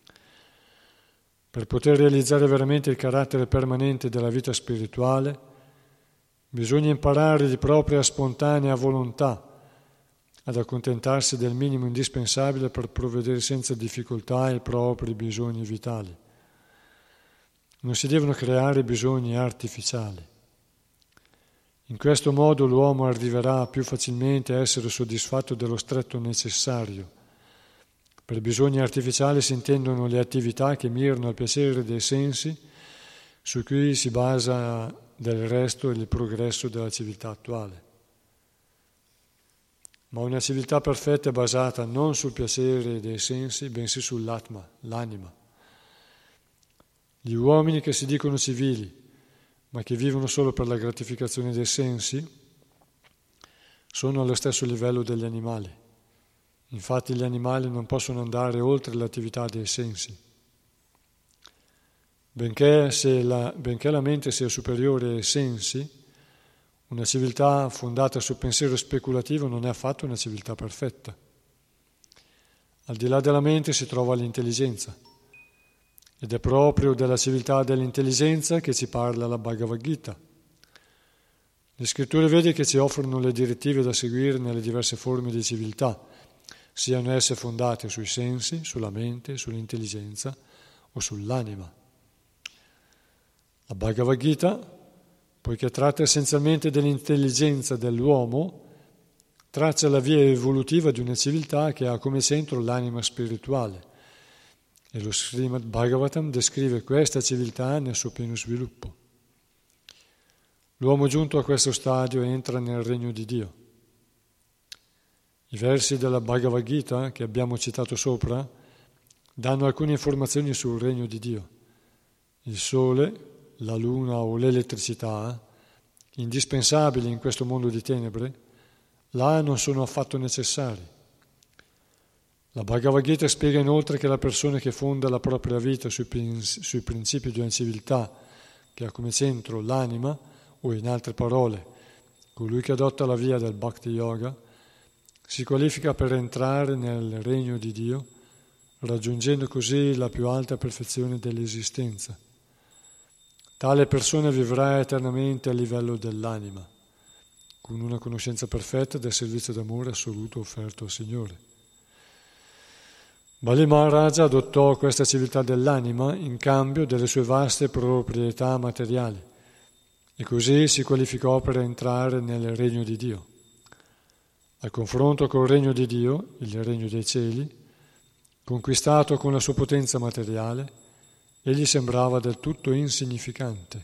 Per poter realizzare veramente il carattere permanente della vita spirituale, bisogna imparare di propria spontanea volontà ad accontentarsi del minimo indispensabile per provvedere senza difficoltà ai propri bisogni vitali. Non si devono creare bisogni artificiali. In questo modo l'uomo arriverà più facilmente a essere soddisfatto dello stretto necessario. Per bisogni artificiali si intendono le attività che mirano al piacere dei sensi, su cui si basa del resto il progresso della civiltà attuale. Ma una civiltà perfetta è basata non sul piacere dei sensi, bensì sull'atma, l'anima. Gli uomini che si dicono civili, ma che vivono solo per la gratificazione dei sensi, sono allo stesso livello degli animali. Infatti gli animali non possono andare oltre l'attività dei sensi. Benché, se la, benché la mente sia superiore ai sensi, una civiltà fondata sul pensiero speculativo non è affatto una civiltà perfetta. Al di là della mente si trova l'intelligenza. Ed è proprio della civiltà dell'intelligenza che ci parla la Bhagavad Gita. Le scritture vediche ci offrono le direttive da seguire nelle diverse forme di civiltà, siano esse fondate sui sensi, sulla mente, sull'intelligenza o sull'anima. La Bhagavad Gita, poiché tratta essenzialmente dell'intelligenza dell'uomo, traccia la via evolutiva di una civiltà che ha come centro l'anima spirituale. E lo Srimad Bhagavatam descrive questa civiltà nel suo pieno sviluppo. L'uomo giunto a questo stadio entra nel regno di Dio. I versi della Bhagavad Gita che abbiamo citato sopra danno alcune informazioni sul regno di Dio. Il sole, la luna o l'elettricità, indispensabili in questo mondo di tenebre, là non sono affatto necessari. La Bhagavad Gita spiega inoltre che la persona che fonda la propria vita sui, sui principi di una civiltà che ha come centro l'anima, o in altre parole, colui che adotta la via del Bhakti Yoga, si qualifica per entrare nel regno di Dio, raggiungendo così la più alta perfezione dell'esistenza. Tale persona vivrà eternamente a livello dell'anima, con una conoscenza perfetta del servizio d'amore assoluto offerto al Signore. Bali Maharaja adottò questa civiltà dell'anima in cambio delle sue vaste proprietà materiali e così si qualificò per entrare nel regno di Dio. Al confronto col regno di Dio, il regno dei cieli, conquistato con la sua potenza materiale, egli sembrava del tutto insignificante.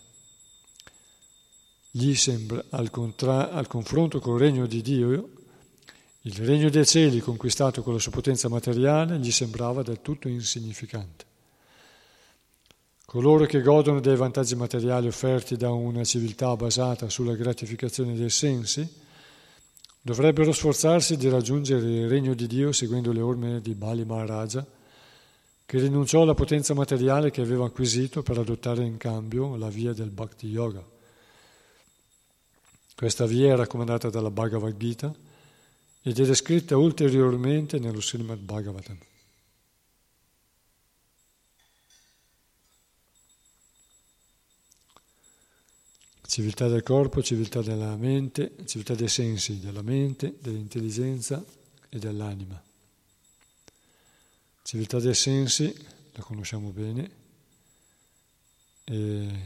Gli sembra, al, contra, al confronto col regno di Dio, il regno dei cieli, conquistato con la sua potenza materiale, gli sembrava del tutto insignificante. Coloro che godono dei vantaggi materiali offerti da una civiltà basata sulla gratificazione dei sensi dovrebbero sforzarsi di raggiungere il regno di Dio seguendo le orme di Bali Maharaja, che rinunciò alla potenza materiale che aveva acquisito per adottare in cambio la via del Bhakti Yoga. Questa via è raccomandata dalla Bhagavad Gita ed è descritta ulteriormente nello Srimad Bhagavatam. Civiltà del corpo, civiltà della mente, civiltà dei sensi, della mente, dell'intelligenza e dell'anima. Civiltà dei sensi, la conosciamo bene, e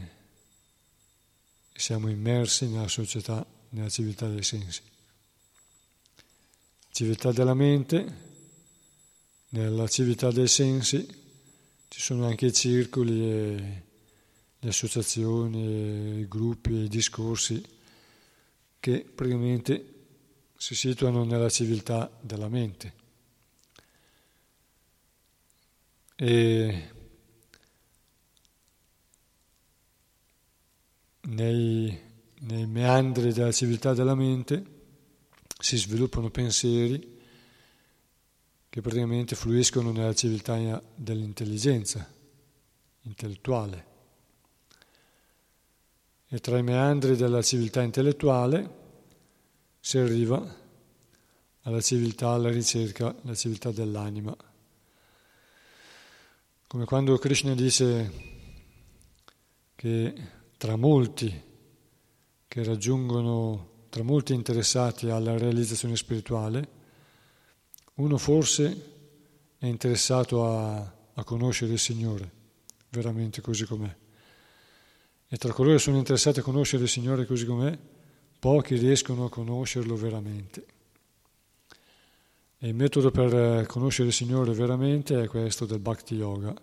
siamo immersi nella società, nella civiltà dei sensi. Civiltà della mente, nella civiltà dei sensi ci sono anche i circoli e le associazioni, i gruppi, i discorsi che praticamente si situano nella civiltà della mente. E nei, nei meandri della civiltà della mente si sviluppano pensieri che praticamente fluiscono nella civiltà dell'intelligenza intellettuale. E tra i meandri della civiltà intellettuale si arriva alla civiltà, alla ricerca, la civiltà dell'anima. Come quando Krishna dice che tra molti che raggiungono, tra molti interessati alla realizzazione spirituale, uno forse è interessato a, a conoscere il Signore, veramente così com'è. E tra coloro che sono interessati a conoscere il Signore così com'è, pochi riescono a conoscerlo veramente. E il metodo per conoscere il Signore veramente è questo del Bhakti Yoga.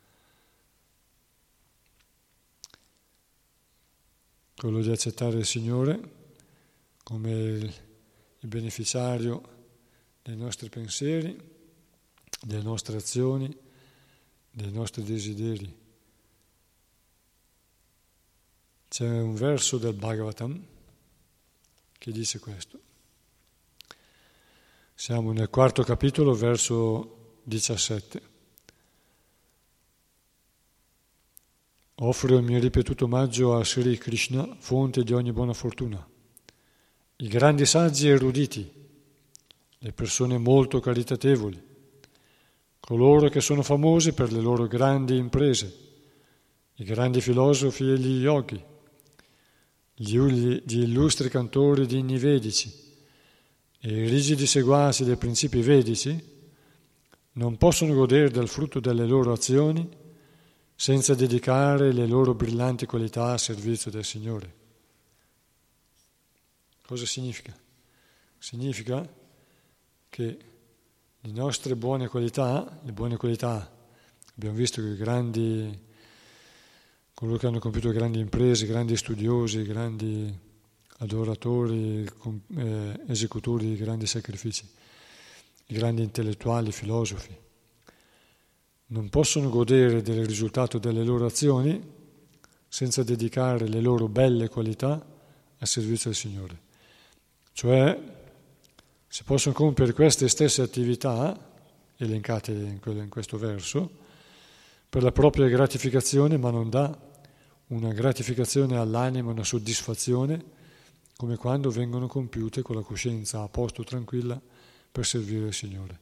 Quello di accettare il Signore come il beneficiario dei nostri pensieri, delle nostre azioni, dei nostri desideri. C'è un verso del Bhagavatam che dice questo. Siamo nel quarto capitolo, verso diciassette. Offro il mio ripetuto omaggio a Sri Krishna, fonte di ogni buona fortuna. I grandi saggi eruditi, le persone molto caritatevoli, coloro che sono famosi per le loro grandi imprese, i grandi filosofi e gli yogi, gli, gli illustri cantori di inni vedici e i rigidi seguaci dei principi vedici non possono godere del frutto delle loro azioni senza dedicare le loro brillanti qualità a servizio del Signore. Cosa significa? Significa che le nostre buone qualità, le buone qualità, abbiamo visto che i grandi, coloro che hanno compiuto grandi imprese, grandi studiosi, grandi adoratori, eh, esecutori di grandi sacrifici, i grandi intellettuali, filosofi, non possono godere del risultato delle loro azioni senza dedicare le loro belle qualità al servizio del Signore. Cioè, si possono compiere queste stesse attività, elencate in, quello, in questo verso, per la propria gratificazione, ma non dà una gratificazione all'anima, una soddisfazione, come quando vengono compiute con la coscienza a posto, tranquilla, per servire il Signore.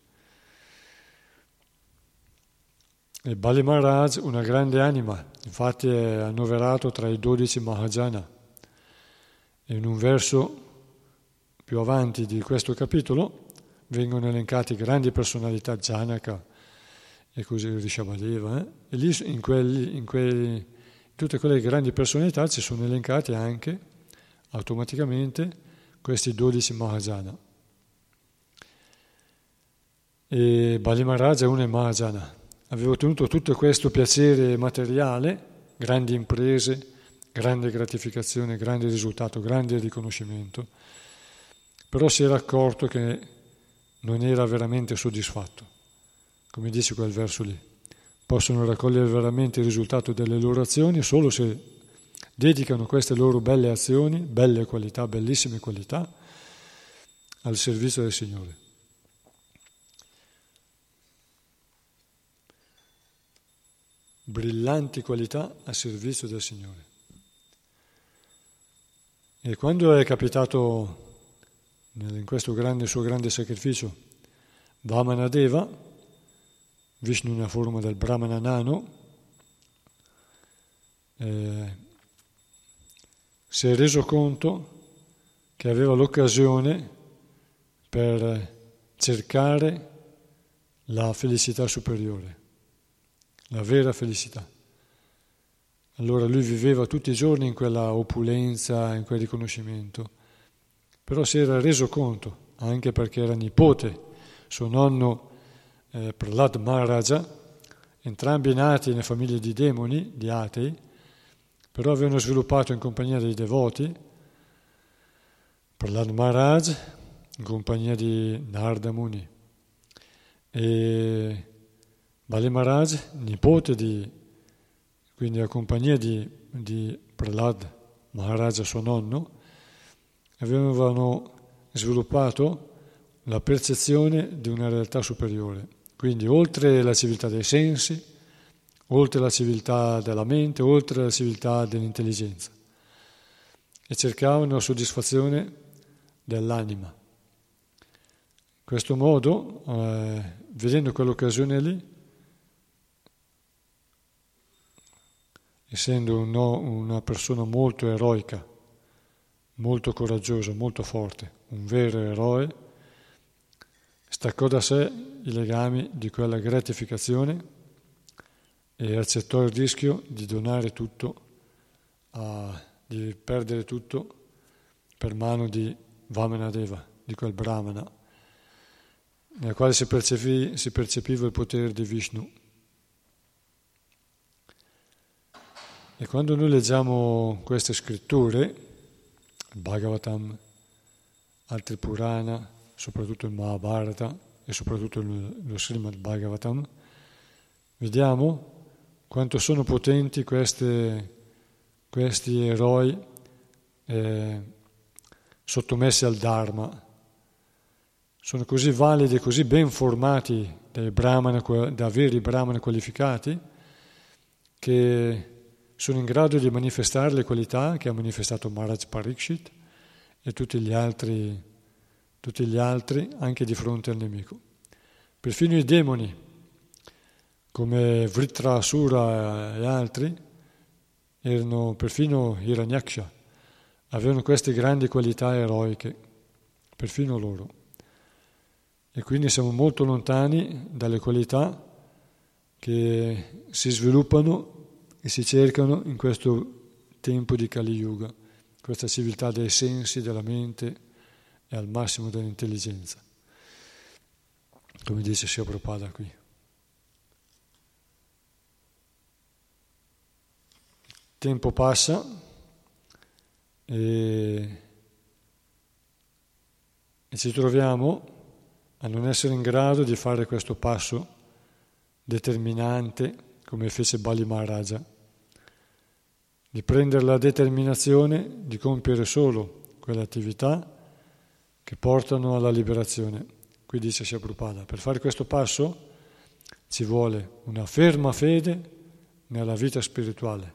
E Bali Maharaj, una grande anima, infatti è annoverato tra i dodici Mahajana. E in un verso più avanti di questo capitolo vengono elencati grandi personalità, Janaka e così Rishabhadeva, eh? E lì in, quelli, in, quelli, in tutte quelle grandi personalità ci sono elencati anche automaticamente questi dodici Mahajana. E Bali Maharaj è uno Mahajana. Aveva ottenuto tutto questo piacere materiale, grandi imprese, grande gratificazione, grande risultato, grande riconoscimento, però si era accorto che non era veramente soddisfatto. Come dice quel verso lì, possono raccogliere veramente il risultato delle loro azioni solo se dedicano queste loro belle azioni, belle qualità, bellissime qualità, al servizio del Signore. Brillanti qualità al servizio del Signore. E quando è capitato in questo grande, suo grande sacrificio Vamanadeva, Vishnu nella forma del Brahmana nano, eh, si è reso conto che aveva l'occasione per cercare la felicità superiore, la vera felicità. Allora lui viveva tutti i giorni in quella opulenza, in quel riconoscimento, però si era reso conto, anche perché era nipote, suo nonno eh, Prahlad Maharaja, entrambi nati nelle famiglie di demoni, di atei, però avevano sviluppato in compagnia dei devoti, Prahlad Maharaj in compagnia di Narada Muni e Bali Maharaj, nipote di, quindi a compagnia di, di Prahlad Maharaja, suo nonno, avevano sviluppato la percezione di una realtà superiore, quindi oltre la civiltà dei sensi, oltre la civiltà della mente, oltre la civiltà dell'intelligenza, e cercavano la soddisfazione dell'anima. In questo modo, eh, vedendo quell'occasione lì, essendo uno, una persona molto eroica, molto coraggiosa, molto forte, un vero eroe, staccò da sé i legami di quella gratificazione e accettò il rischio di donare tutto, a, di perdere tutto per mano di Vamanadeva, di quel Brahmana, nel quale si, percepì, si percepiva il potere di Vishnu. E quando noi leggiamo queste scritture, il Bhagavatam, altri Purana, soprattutto il Mahabharata e soprattutto lo Srimad Bhagavatam, vediamo quanto sono potenti queste, questi eroi eh, sottomessi al Dharma. Sono così validi e così ben formati dai brahmana, da veri brahmana qualificati, che sono in grado di manifestare le qualità che ha manifestato Maharaj Parikshit e tutti gli altri, tutti gli altri anche di fronte al nemico. Perfino i demoni, come Vritrasura e altri, erano perfino Hiranyaksha, avevano queste grandi qualità eroiche, perfino loro. E quindi siamo molto lontani dalle qualità che si sviluppano e si cercano in questo tempo di Kali Yuga, questa civiltà dei sensi, della mente e al massimo dell'intelligenza, come dice Srila Prabhupada qui. Il tempo passa e, e ci troviamo a non essere in grado di fare questo passo determinante come fece Bali Maharaja, di prendere la determinazione di compiere solo quelle attività che portano alla liberazione. Qui dice Srila Prabhupada, per fare questo passo ci vuole una ferma fede nella vita spirituale.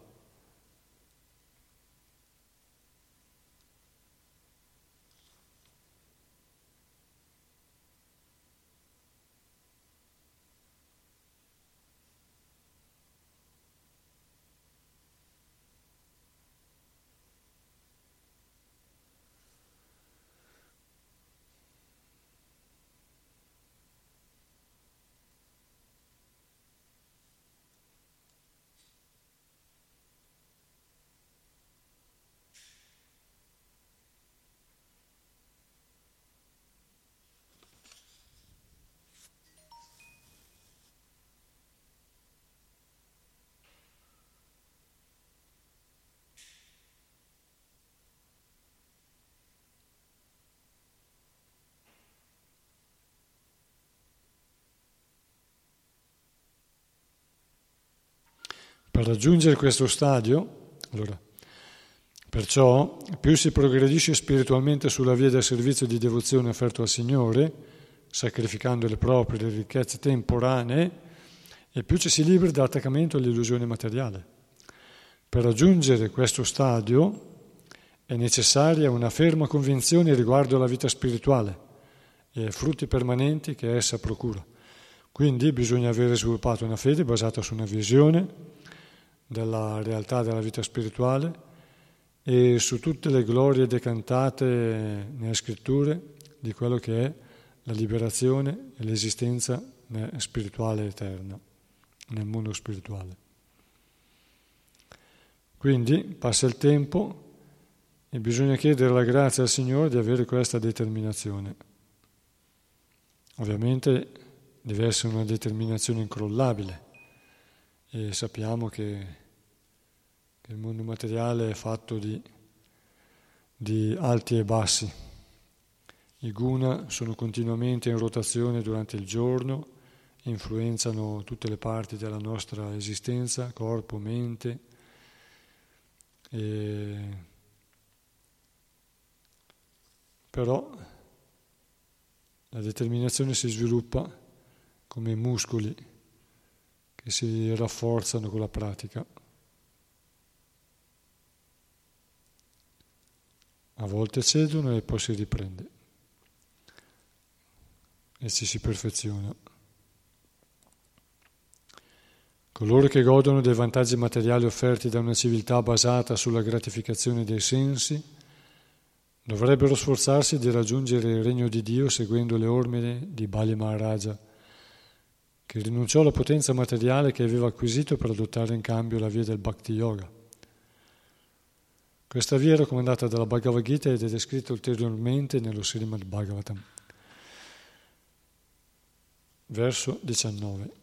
Per raggiungere questo stadio, allora, perciò, più si progredisce spiritualmente sulla via del servizio di devozione offerto al Signore, sacrificando le proprie ricchezze temporanee, e più ci si libera dall'attaccamento all'illusione materiale. Per raggiungere questo stadio è necessaria una ferma convinzione riguardo alla vita spirituale e ai frutti permanenti che essa procura. Quindi bisogna avere sviluppato una fede basata su una visione della realtà della vita spirituale e su tutte le glorie decantate nelle scritture di quello che è la liberazione e l'esistenza spirituale eterna, nel mondo spirituale. Quindi passa il tempo e bisogna chiedere la grazia al Signore di avere questa determinazione. Ovviamente deve essere una determinazione incrollabile e sappiamo che, che il mondo materiale è fatto di, di alti e bassi. I guna sono continuamente in rotazione durante il giorno, influenzano tutte le parti della nostra esistenza, corpo, mente, e però la determinazione si sviluppa come muscoli che si rafforzano con la pratica. A volte cedono e poi si riprende e ci si perfeziona. Coloro che godono dei vantaggi materiali offerti da una civiltà basata sulla gratificazione dei sensi dovrebbero sforzarsi di raggiungere il regno di Dio seguendo le orme di Bali Maharaja, che rinunciò alla potenza materiale che aveva acquisito per adottare in cambio la via del Bhakti Yoga. Questa via è raccomandata dalla Bhagavad Gita ed è descritta ulteriormente nello Srimad Bhagavatam. Verso diciannove.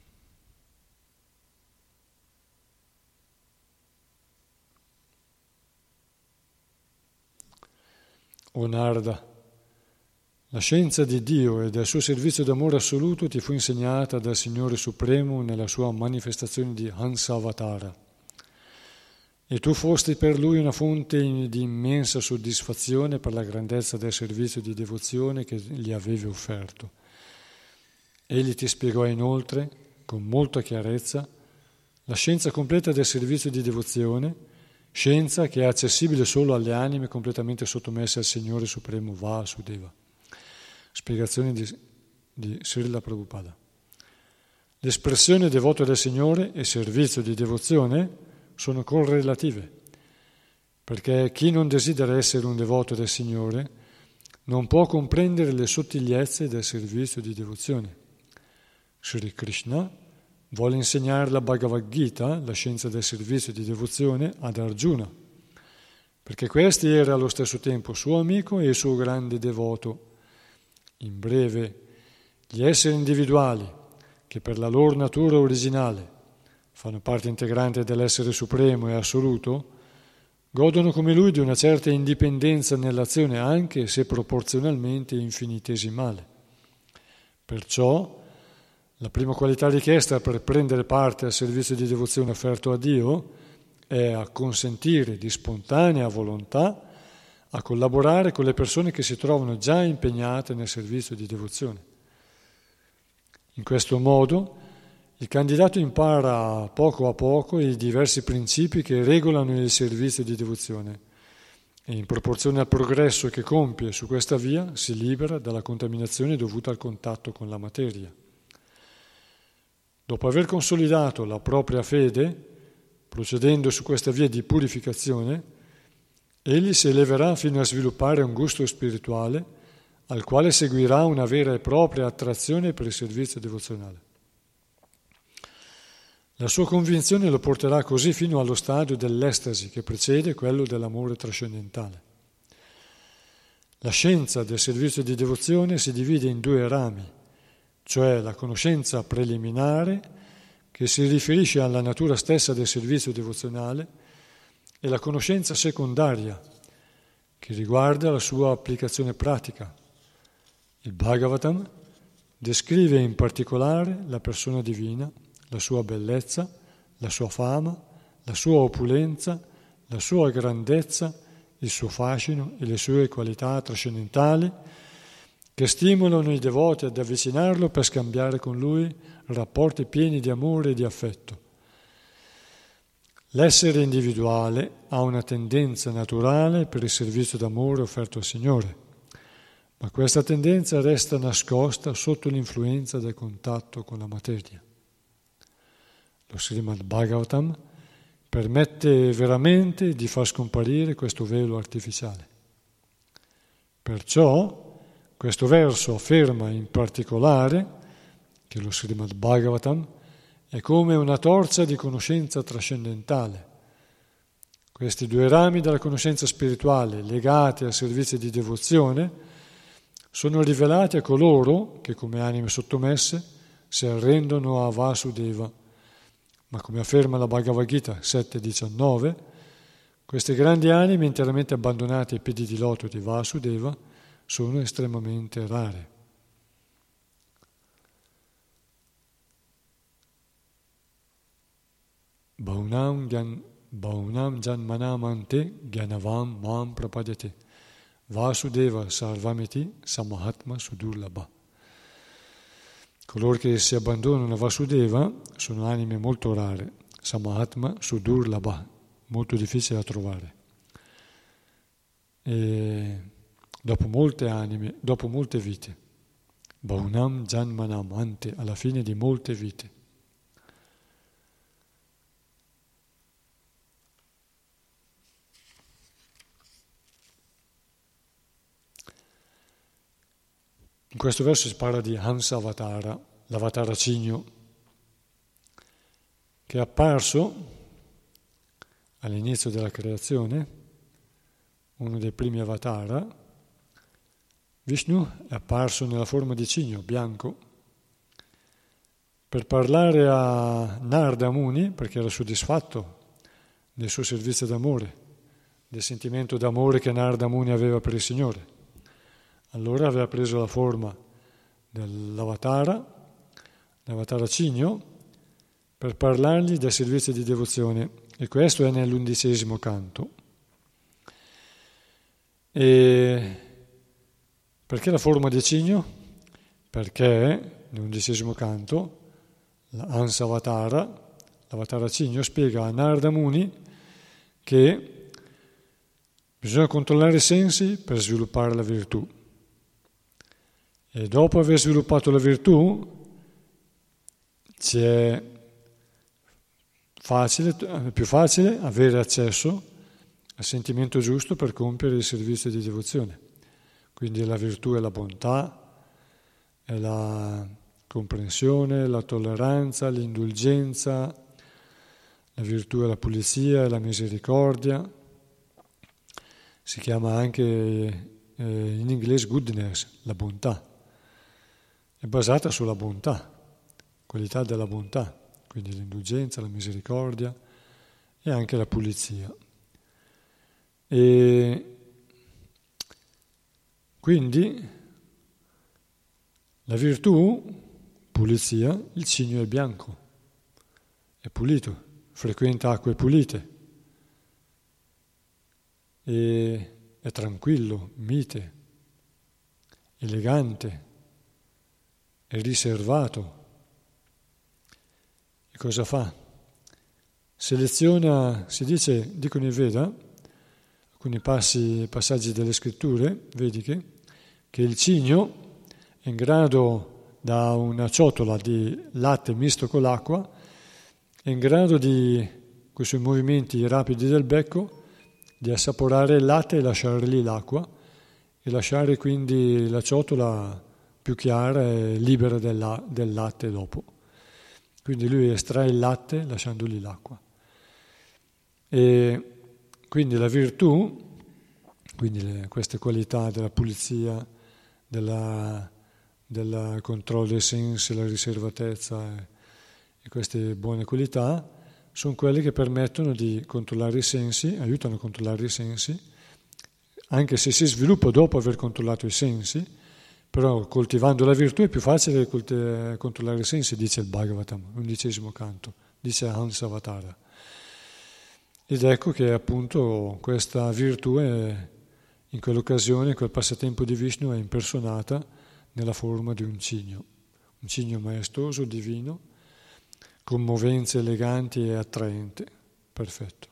O Narada, la scienza di Dio e del suo servizio d'amore assoluto ti fu insegnata dal Signore Supremo nella sua manifestazione di Hansavatara, e tu fosti per lui una fonte di immensa soddisfazione per la grandezza del servizio di devozione che gli avevi offerto. Egli ti spiegò inoltre, con molta chiarezza, la scienza completa del servizio di devozione, scienza che è accessibile solo alle anime completamente sottomesse al Signore Supremo Vasudeva. Spiegazione di, di Srila Prabhupada. L'espressione devoto del Signore e servizio di devozione sono correlative, perché chi non desidera essere un devoto del Signore non può comprendere le sottigliezze del servizio di devozione. Sri Krishna vuole insegnare la Bhagavad Gita, la scienza del servizio di devozione, ad Arjuna, perché questi era allo stesso tempo suo amico e suo grande devoto. In breve, gli esseri individuali, che per la loro natura originale fanno parte integrante dell'essere supremo e assoluto, godono come lui di una certa indipendenza nell'azione, anche se proporzionalmente infinitesimale. Perciò, la prima qualità richiesta per prendere parte al servizio di devozione offerto a Dio è acconsentire di spontanea volontà a collaborare con le persone che si trovano già impegnate nel servizio di devozione. In questo modo il candidato impara poco a poco i diversi principi che regolano il servizio di devozione e in proporzione al progresso che compie su questa via si libera dalla contaminazione dovuta al contatto con la materia. Dopo aver consolidato la propria fede, procedendo su questa via di purificazione, egli si eleverà fino a sviluppare un gusto spirituale al quale seguirà una vera e propria attrazione per il servizio devozionale. La sua convinzione lo porterà così fino allo stadio dell'estasi che precede quello dell'amore trascendentale. La scienza del servizio di devozione si divide in due rami, cioè la conoscenza preliminare, che si riferisce alla natura stessa del servizio devozionale, e la conoscenza secondaria, che riguarda la sua applicazione pratica. Il Bhagavatam descrive in particolare la persona divina, la sua bellezza, la sua fama, la sua opulenza, la sua grandezza, il suo fascino e le sue qualità trascendentali, che stimolano i devoti ad avvicinarlo per scambiare con lui rapporti pieni di amore e di affetto. L'essere individuale ha una tendenza naturale per il servizio d'amore offerto al Signore, ma questa tendenza resta nascosta sotto l'influenza del contatto con la materia. Lo Srimad Bhagavatam permette veramente di far scomparire questo velo artificiale. Perciò questo verso afferma in particolare che lo Srimad Bhagavatam è come una torcia di conoscenza trascendentale. Questi due rami della conoscenza spirituale legati al servizio di devozione sono rivelati a coloro che come anime sottomesse si arrendono a Vasudeva. Ma come afferma la Bhagavad Gita sette diciannove, queste grandi anime interamente abbandonate ai piedi di loto di Vasudeva sono estremamente rare. Bhaunam gyan Bhaunam janmanamante gyanavam mam prapadete Vasudeva sarvamiti samahatma sudurlabha. Coloro che si abbandonano a Vasudeva sono anime molto rare, samahatma sudurlabha, molto difficile da trovare. E dopo molte anime, dopo molte vite, Bhaunam janmanamante, alla fine di molte vite. In questo verso si parla di Hansa Avatara, l'avatara cigno, che è apparso all'inizio della creazione, uno dei primi avatara. Vishnu è apparso nella forma di cigno, bianco, per parlare a Narada Muni, perché era soddisfatto del suo servizio d'amore, del sentimento d'amore che Narada Muni aveva per il Signore. Allora aveva preso la forma dell'avatara, l'avatara cigno, per parlargli del servizio di devozione, e questo è nell'undicesimo canto. E perché la forma di cigno? Perché nell'undicesimo canto l'Ansa Avatara, l'avatara cigno, spiega a Narada Muni che bisogna controllare i sensi per sviluppare la virtù. E dopo aver sviluppato la virtù, ci è facile, è più facile avere accesso al sentimento giusto per compiere il servizio di devozione. Quindi la virtù è la bontà, è la comprensione, la tolleranza, l'indulgenza, la virtù è la pulizia, è la misericordia. Si chiama anche eh, in inglese goodness, la bontà. È basata sulla bontà, qualità della bontà, quindi l'indulgenza, la misericordia e anche la pulizia. E quindi la virtù, pulizia, il cigno è bianco, è pulito, frequenta acque pulite, e è tranquillo, mite, elegante, è riservato. E cosa fa? Seleziona, si dice, dicono i Veda, alcuni passi, passaggi delle scritture vediche, che il cigno è in grado, da una ciotola di latte misto con l'acqua, è in grado di, con i suoi movimenti rapidi del becco, di assaporare il latte e lasciare lì l'acqua, e lasciare quindi la ciotola più chiara e libera del, la, del latte dopo. Quindi lui estrae il latte lasciando lì l'acqua. E quindi la virtù, quindi le, queste qualità della pulizia, della, del controllo dei sensi, la riservatezza e, e queste buone qualità, sono quelle che permettono di controllare i sensi, aiutano a controllare i sensi, anche se si sviluppa dopo aver controllato i sensi. Però coltivando la virtù è più facile controllare i sensi, dice il Bhagavatam, undicesimo canto, dice Hansa Avatara. Ed ecco che appunto questa virtù è, in quell'occasione, in quel passatempo di Vishnu, è impersonata nella forma di un cigno, un cigno maestoso, divino, con movenze eleganti e attraente, perfetto,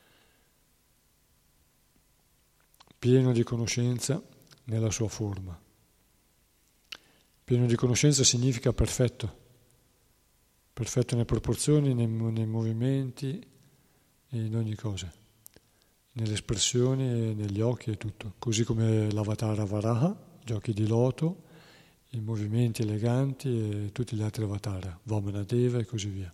pieno di conoscenza nella sua forma. Pieno di conoscenza significa perfetto, perfetto nelle proporzioni, nei, nei movimenti e in ogni cosa, nelle espressioni e negli occhi e tutto, così come l'avatar Varaha, gli occhi di loto, i movimenti eleganti e tutti gli altri avatar, Vamanadeva e così via.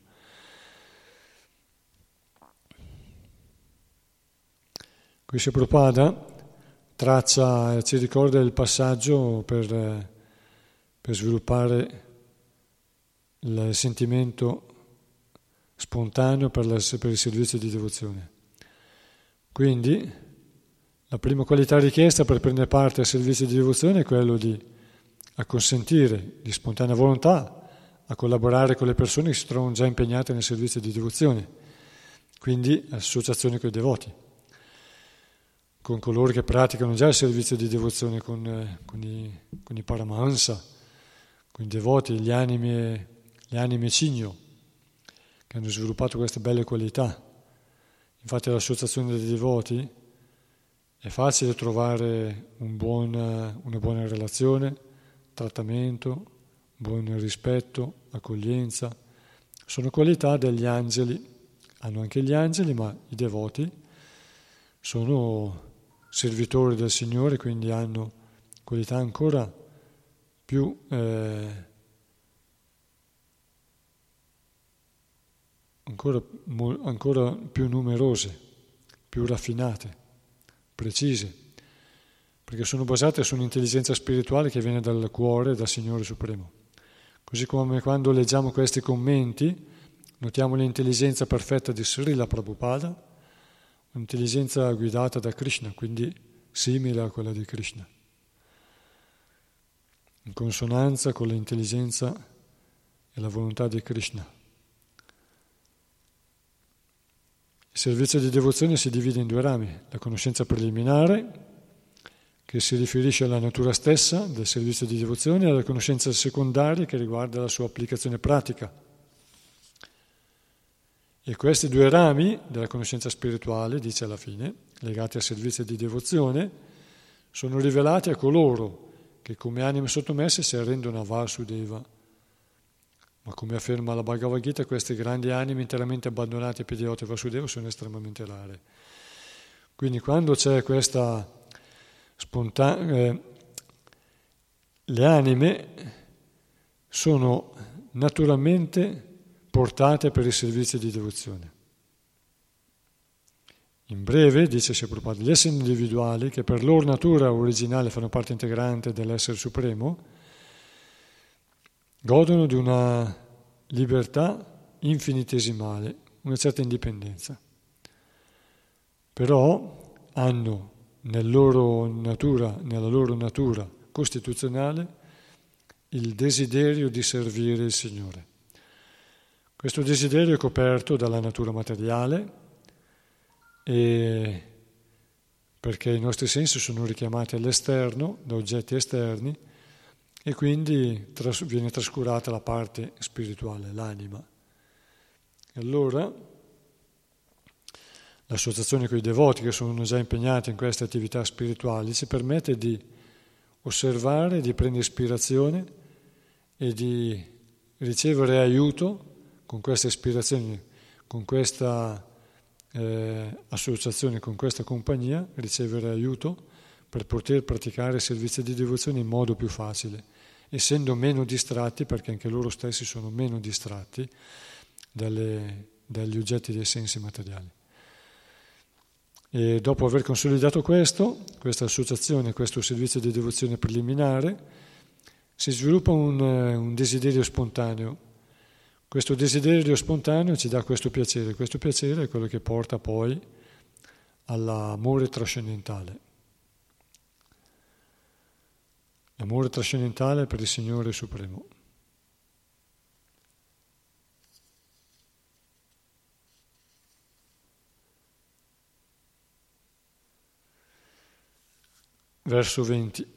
Qui Srila Prabhupada traccia, ci ricorda il passaggio per, per sviluppare il sentimento spontaneo per, la, per il servizio di devozione. Quindi la prima qualità richiesta per prendere parte al servizio di devozione è quello di acconsentire di spontanea volontà a collaborare con le persone che si trovano già impegnate nel servizio di devozione, quindi associazione con i devoti, con coloro che praticano già il servizio di devozione, con, eh, con, i, con i paramahansa, con i devoti, gli anime, gli anime cigno, che hanno sviluppato queste belle qualità. Infatti all'associazione dei devoti è facile trovare un buon, una buona relazione, trattamento, buon rispetto, accoglienza. Sono qualità degli angeli, hanno anche gli angeli, ma i devoti sono servitori del Signore, quindi hanno qualità ancora più eh, ancora, ancora più numerose, più raffinate, precise, perché sono basate su un'intelligenza spirituale che viene dal cuore, dal Signore Supremo. Così come quando leggiamo questi commenti notiamo l'intelligenza perfetta di Srila Prabhupada, un'intelligenza guidata da Krishna, quindi simile a quella di Krishna, in consonanza con l'intelligenza e la volontà di Krishna. Il servizio di devozione si divide in due rami: la conoscenza preliminare, che si riferisce alla natura stessa del servizio di devozione, e la conoscenza secondaria, che riguarda la sua applicazione pratica. E questi due rami della conoscenza spirituale, dice alla fine, legati al servizio di devozione, sono rivelati a coloro che come anime sottomesse si arrendono a Vasudeva. Ma come afferma la Bhagavad Gita, queste grandi anime interamente abbandonate ai piedi di Vasudeva sono estremamente rare. Quindi quando c'è questa spontanea... Eh, le anime sono naturalmente portate per il servizio di devozione. In breve, dice Srila Prabhupada, gli esseri individuali, che per loro natura originale fanno parte integrante dell'essere supremo, godono di una libertà infinitesimale, una certa indipendenza. Però hanno nel loro natura, nella loro natura costituzionale il desiderio di servire il Signore. Questo desiderio è coperto dalla natura materiale, e perché i nostri sensi sono richiamati all'esterno, da oggetti esterni, e quindi tras- viene trascurata la parte spirituale, l'anima. E allora l'associazione con i devoti che sono già impegnati in queste attività spirituali ci permette di osservare, di prendere ispirazione e di ricevere aiuto con queste ispirazioni, con questa eh, associazione, con questa compagnia, ricevere aiuto per poter praticare il servizio di devozione in modo più facile, essendo meno distratti, perché anche loro stessi sono meno distratti dalle, dagli oggetti dei sensi materiali. E dopo aver consolidato questo, questa associazione, questo servizio di devozione preliminare, si sviluppa un, un desiderio spontaneo. Questo desiderio spontaneo ci dà questo piacere. Questo piacere è quello che porta poi all'amore trascendentale. L'amore trascendentale per il Signore Supremo. Verso venti.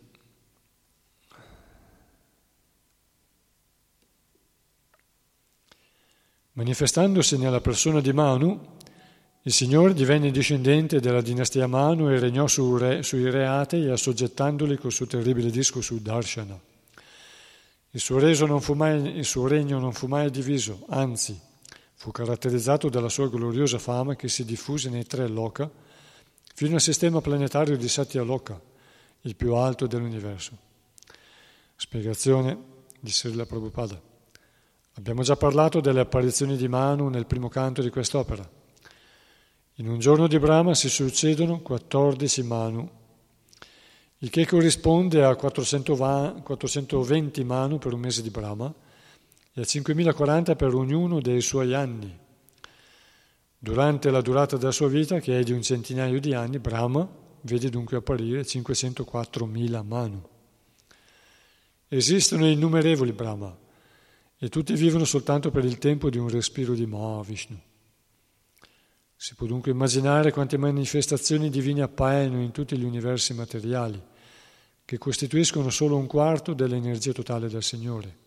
Manifestandosi nella persona di Manu, Il Signore divenne discendente della dinastia Manu e regnò su re, sui re atei, assoggettandoli col suo terribile disco su Darshana. Il suo, reso non fu mai, il suo regno non fu mai diviso, anzi, fu caratterizzato dalla sua gloriosa fama che si diffuse nei tre loka fino al sistema planetario di Satya Loka, il più alto dell'universo. Spiegazione di Srila Prabhupada. Abbiamo già parlato delle apparizioni di Manu nel primo canto di quest'opera. In un giorno di Brahma si succedono quattordici Manu, il che corrisponde a quattrocentoventi Manu per un mese di Brahma e a cinquemilaquaranta per ognuno dei suoi anni. Durante la durata della sua vita, che è di un centinaio di anni, Brahma vede dunque apparire cinquecentoquattromila Manu. Esistono innumerevoli Brahma e tutti vivono soltanto per il tempo di un respiro di Mahavishnu. Si può dunque immaginare quante manifestazioni divine appaiono in tutti gli universi materiali, che costituiscono solo un quarto dell'energia totale del Signore.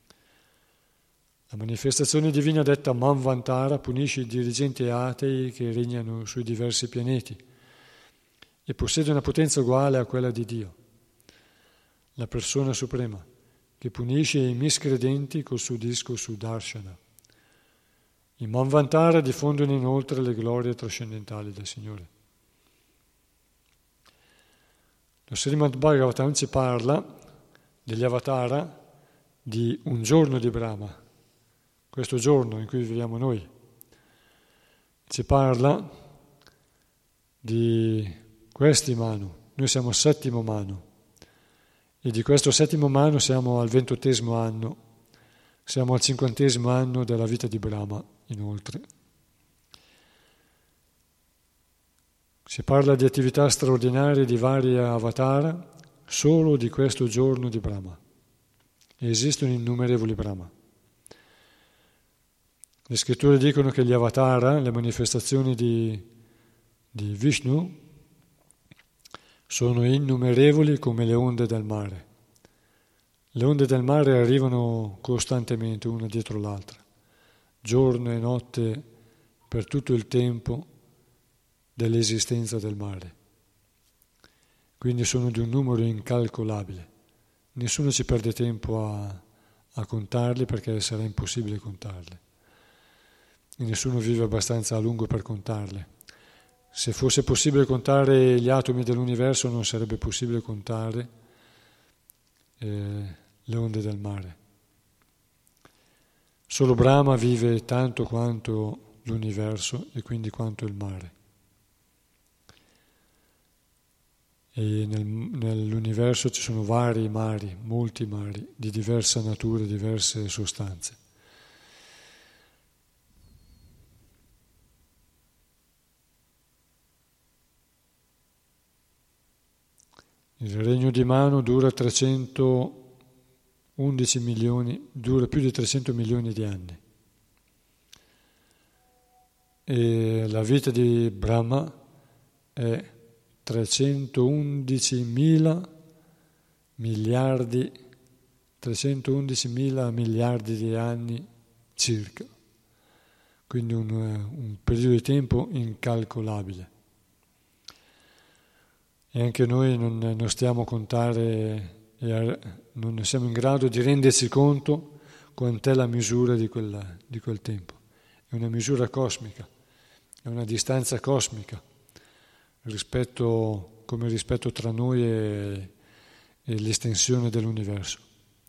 La manifestazione divina detta Manvantara punisce i dirigenti atei che regnano sui diversi pianeti e possiede una potenza uguale a quella di Dio, la persona suprema, che punisce i miscredenti col suo disco Sudarshana. I Manvantara diffondono inoltre le glorie trascendentali del Signore. Lo Srimad Bhagavatam ci parla degli avatara di un giorno di Brahma, questo giorno in cui viviamo noi. Ci parla di questi Manu, noi siamo settimo Manu e di questo settimo Manu siamo al ventottesimo anno, siamo al cinquantesimo anno della vita di Brahma inoltre. Si parla di attività straordinarie di vari avatara solo di questo giorno di Brahma. E esistono innumerevoli Brahma. Le scritture dicono che gli avatara, le manifestazioni di, di Vishnu, sono innumerevoli come le onde del mare. Le onde del mare arrivano costantemente una dietro l'altra, giorno e notte per tutto il tempo dell'esistenza del mare. Quindi sono di un numero incalcolabile. Nessuno ci perde tempo a, a contarli perché sarà impossibile contarli. E nessuno vive abbastanza a lungo per contarle. Se fosse possibile contare gli atomi dell'universo non sarebbe possibile contare eh, le onde del mare. Solo Brahma vive tanto quanto l'universo e quindi quanto il mare. E nel, nell'universo ci sono vari mari, molti mari, di diversa natura, diverse sostanze. Il regno di Manu dura trecentoundici milioni, dura più di trecento milioni di anni. E la vita di Brahma è trecentoundicimila miliardi, trecentoundicimila miliardi di anni circa, quindi un, un periodo di tempo incalcolabile. E anche noi non, non stiamo a contare, e non siamo in grado di renderci conto quant'è la misura di, quella, di quel tempo. È una misura cosmica, è una distanza cosmica. Rispetto, come rispetto tra noi e, e l'estensione dell'universo.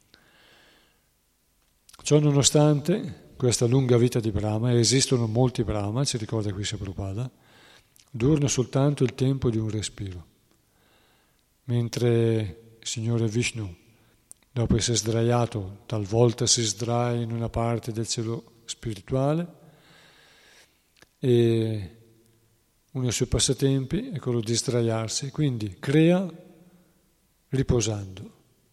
Ciò nonostante, questa lunga vita di Brahma, e esistono molti Brahma, ci ricorda qui Srila Prabhupada, durano soltanto il tempo di un respiro, mentre il Signore Vishnu, dopo essere sdraiato, talvolta si sdraia in una parte del cielo spirituale e uno dei suoi passatempi è quello di sdraiarsi, quindi crea riposando.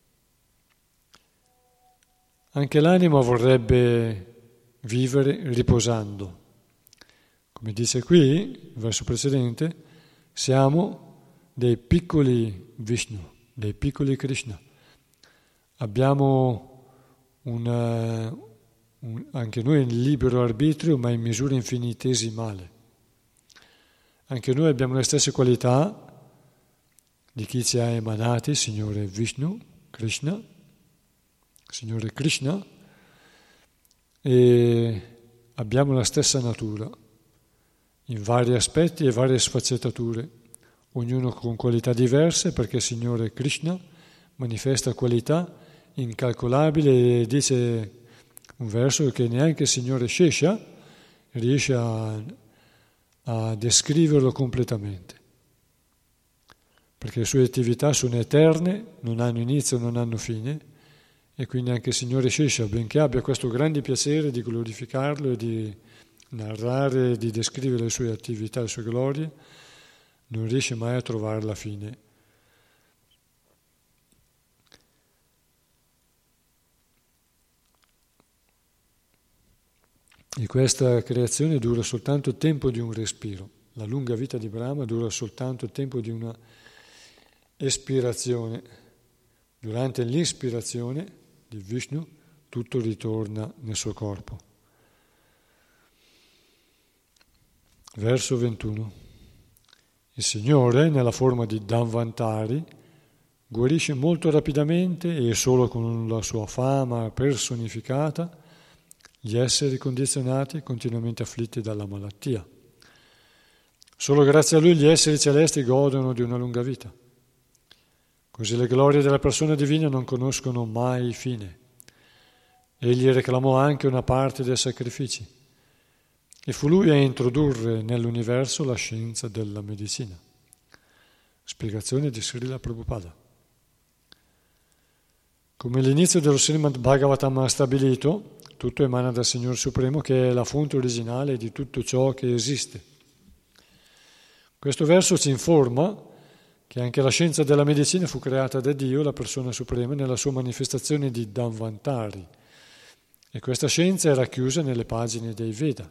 Anche l'anima vorrebbe vivere riposando. Come dice qui, il verso precedente, siamo dei piccoli Vishnu, dei piccoli Krishna. Abbiamo una, un, anche noi il libero arbitrio, ma in misura infinitesimale. Anche noi abbiamo le stesse qualità di chi ci ha emanati, Signore Vishnu, Krishna, Signore Krishna, e abbiamo la stessa natura, in vari aspetti e varie sfaccettature, ognuno con qualità diverse, perché Signore Krishna manifesta qualità incalcolabili e dice un verso che neanche il Signore Shesha riesce a, a descriverlo completamente, perché le sue attività sono eterne, non hanno inizio, non hanno fine, e quindi anche il Signore Shesha, benché abbia questo grande piacere di glorificarlo e di narrare, di descrivere le sue attività, le sue glorie, non riesce mai a trovare la fine. E questa creazione dura soltanto il tempo di un respiro. La lunga vita di Brahma dura soltanto il tempo di una espirazione. Durante l'ispirazione di Vishnu tutto ritorna nel suo corpo. Verso ventuno. Il Signore, nella forma di Dhanvantari, guarisce molto rapidamente e solo con la sua fama personificata gli esseri condizionati continuamente afflitti dalla malattia. Solo grazie a lui gli esseri celesti godono di una lunga vita. Così le glorie della persona divina non conoscono mai fine. Egli reclamò anche una parte dei sacrifici e fu lui a introdurre nell'universo la scienza della medicina. Spiegazione di Srila Prabhupada. Come l'inizio dello Srimad Bhagavatam ha stabilito, tutto emana dal Signore Supremo, che è la fonte originale di tutto ciò che esiste. Questo verso ci informa che anche la scienza della medicina fu creata da Dio, la persona suprema, nella sua manifestazione di Dhanvantari, e questa scienza è racchiusa nelle pagine dei Veda.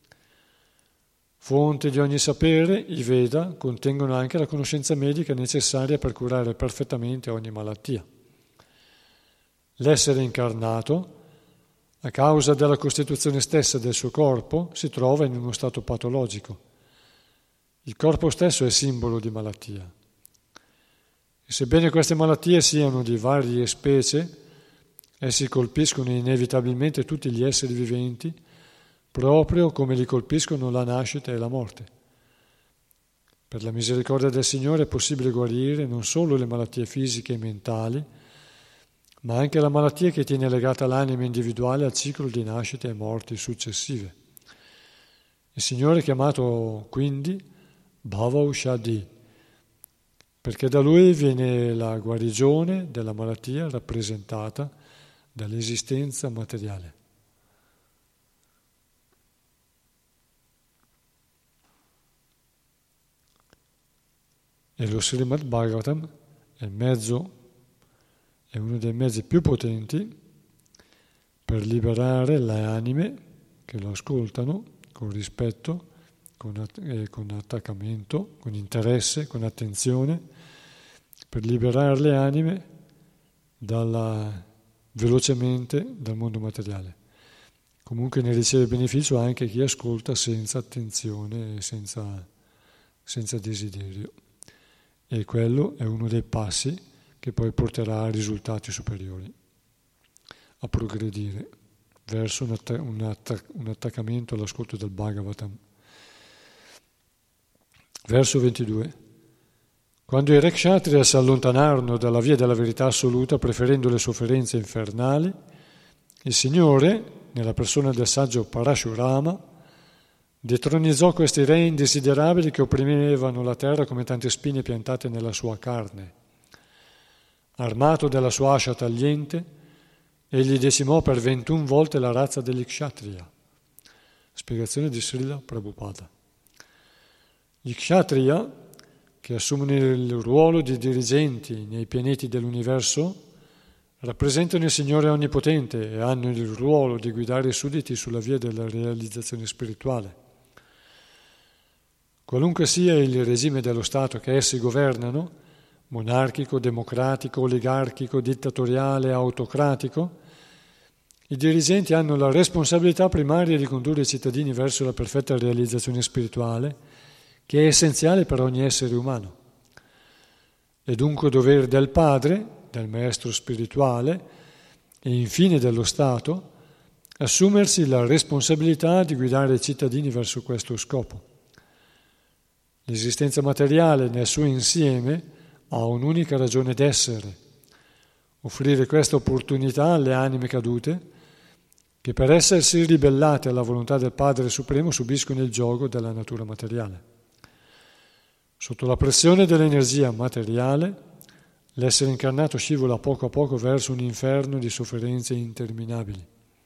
Fonte di ogni sapere, i Veda contengono anche la conoscenza medica necessaria per curare perfettamente ogni malattia. L'essere incarnato, a causa della costituzione stessa del suo corpo, si trova in uno stato patologico. Il corpo stesso è simbolo di malattia. E sebbene queste malattie siano di varie specie, essi colpiscono inevitabilmente tutti gli esseri viventi, proprio come li colpiscono la nascita e la morte. Per la misericordia del Signore è possibile guarire non solo le malattie fisiche e mentali, ma anche la malattia che tiene legata l'anima individuale al ciclo di nascite e morti successive. Il Signore è chiamato quindi Bhava-Ushadi, perché da Lui viene la guarigione della malattia rappresentata dall'esistenza materiale. E lo Srimad Bhagavatam è il mezzo è uno dei mezzi più potenti per liberare le anime che lo ascoltano con rispetto, con, att- eh, con attaccamento, con interesse, con attenzione, per liberare le anime dalla, velocemente dal mondo materiale. Comunque ne riceve beneficio anche chi ascolta senza attenzione e senza, senza desiderio. E quello è uno dei passi che poi porterà a risultati superiori, a progredire verso un, atta- un, atta- un attaccamento all'ascolto del Bhagavatam. Verso ventidue. Quando i re kshatriya si allontanarono dalla via della verità assoluta, preferendo le sofferenze infernali, il Signore, nella persona del saggio Parashurama, detronizzò questi re indesiderabili che opprimevano la terra come tante spine piantate nella sua carne. Armato della sua ascia tagliente, egli decimò per ventuno volte la razza degli kshatriya. Spiegazione di Srila Prabhupada. Gli kshatriya, che assumono il ruolo di dirigenti nei pianeti dell'universo, rappresentano il Signore Onnipotente e hanno il ruolo di guidare i sudditi sulla via della realizzazione spirituale. Qualunque sia il regime dello Stato che essi governano, monarchico, democratico, oligarchico, dittatoriale, autocratico, i dirigenti hanno la responsabilità primaria di condurre i cittadini verso la perfetta realizzazione spirituale che è essenziale per ogni essere umano. È dunque dovere del padre, del maestro spirituale e infine dello Stato assumersi la responsabilità di guidare i cittadini verso questo scopo. L'esistenza materiale nel suo insieme ha un'unica ragione d'essere: offrire questa opportunità alle anime cadute che per essersi ribellate alla volontà del Padre Supremo subiscono il giogo della natura materiale. Sotto la pressione dell'energia materiale, l'essere incarnato scivola poco a poco verso un inferno di sofferenze interminabili.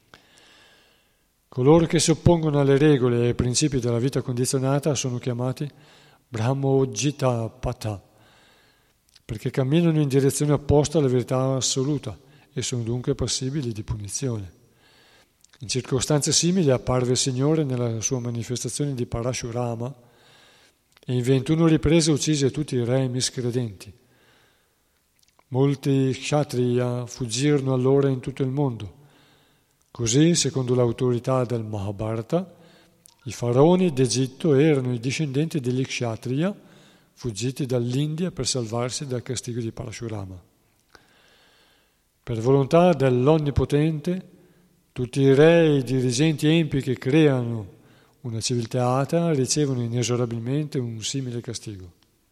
Coloro che si oppongono alle regole e ai principi della vita condizionata sono chiamati Brahmojita Pata, perché camminano in direzione opposta alla verità assoluta e sono dunque passibili di punizione. In circostanze simili apparve il Signore nella sua manifestazione di Parashurama e in ventuno riprese uccise tutti i re miscredenti. Molti kshatriya fuggirono allora in tutto il mondo. Così, secondo l'autorità del Mahabharata, i faraoni d'Egitto erano i discendenti degli kshatriya fuggiti dall'India per salvarsi dal castigo di Parashurama. Per volontà dell'Onnipotente, tutti i re e i dirigenti empi che creano una civiltà atea ricevono inesorabilmente un simile castigo.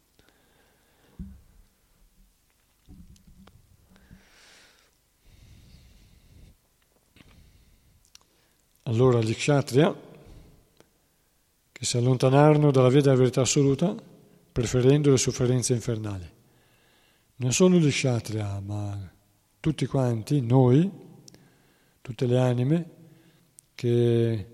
Allora gli kshatriya, che si allontanarono dalla via della verità assoluta, preferendo le sofferenze infernali. Non solo gli kshatriya, ma tutti quanti, noi, tutte le anime, che